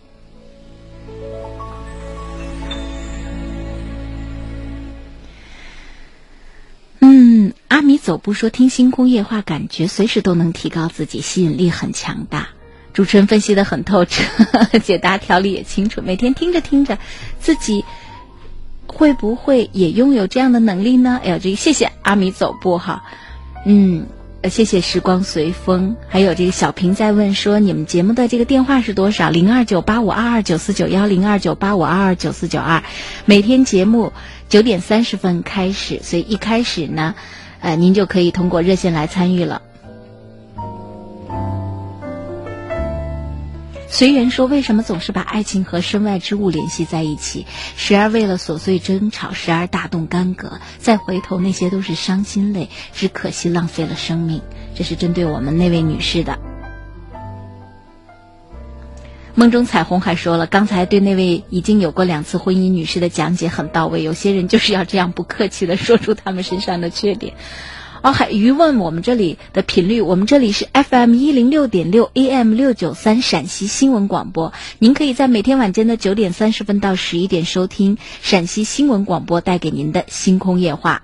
Speaker 7: 阿米走步说，听星空夜话感觉随时都能提高自己，吸引力很强大。主持人分析得很透彻，解答条理也清楚，每天听着听着自己会不会也拥有这样的能力呢？哎呀，这个谢谢阿米走步哈。谢谢时光随风。还有这个小平在问说，你们节目的这个电话是多少？0298529491，0298529492。每天节目9点30分开始，所以一开始呢您就可以通过热线来参与了。随缘说，为什么总是把爱情和身外之物联系在一起，时而为了琐碎争吵，时而大动干戈，再回头那些都是伤心泪，只可惜浪费了生命。这是针对我们那位女士的。梦中彩虹还说了，刚才对那位已经有过2次婚姻女士的讲解很到位，有些人就是要这样不客气的说出他们身上的缺点。还余问我们这里的频率，我们这里是 FM 106.6 AM 693陕西新闻广播，您可以在每天晚间的9点30分到11点收听陕西新闻广播带给您的星空夜话。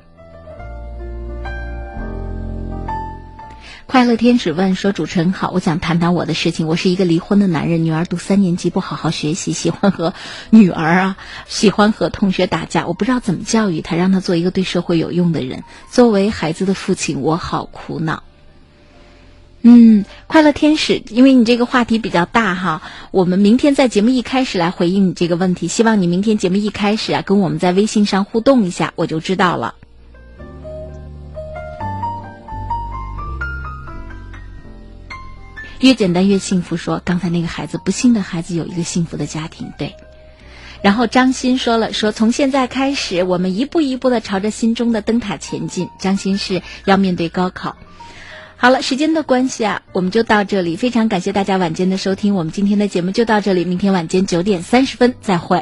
Speaker 7: 快乐天使问说，主持人好，我想谈谈我的事情。我是一个离婚的男人，女儿读3年级不好好学习，喜欢和同学打架，我不知道怎么教育她，让她做一个对社会有用的人。作为孩子的父亲，我好苦恼。快乐天使，因为你这个话题比较大哈，我们明天在节目一开始来回应你这个问题，希望你明天节目一开始跟我们在微信上互动一下，我就知道了。越简单越幸福说，刚才那个孩子，不幸的孩子有一个幸福的家庭，对。然后张欣说了，说从现在开始我们一步一步的朝着心中的灯塔前进。张欣是要面对高考。好了，时间的关系我们就到这里，非常感谢大家晚间的收听，我们今天的节目就到这里，明天晚间9点30分再会。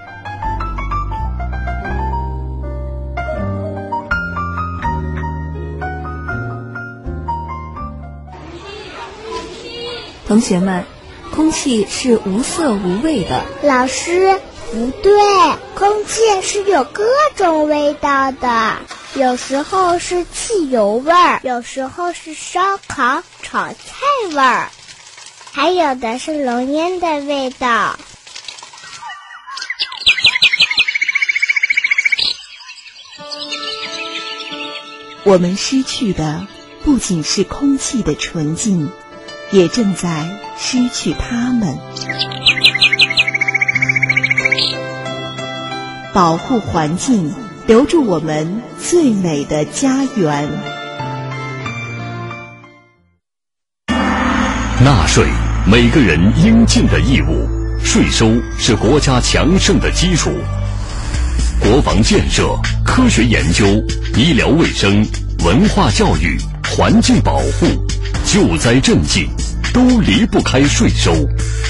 Speaker 18: 同学们，空气是无色无味的。
Speaker 19: 老师，不对，空气是有各种味道的，有时候是汽油味儿，有时候是烧烤炒菜味儿，还有的是浓烟的味道。
Speaker 18: 我们失去的不仅是空气的纯净，也正在失去它们。 保护环境，留住我们最美的家园。
Speaker 4: 纳税，每个人应尽的义务。税收是国家强盛的基础。国防建设、科学研究、医疗卫生、文化教育、环境保护、救灾赈济，都离不开税收。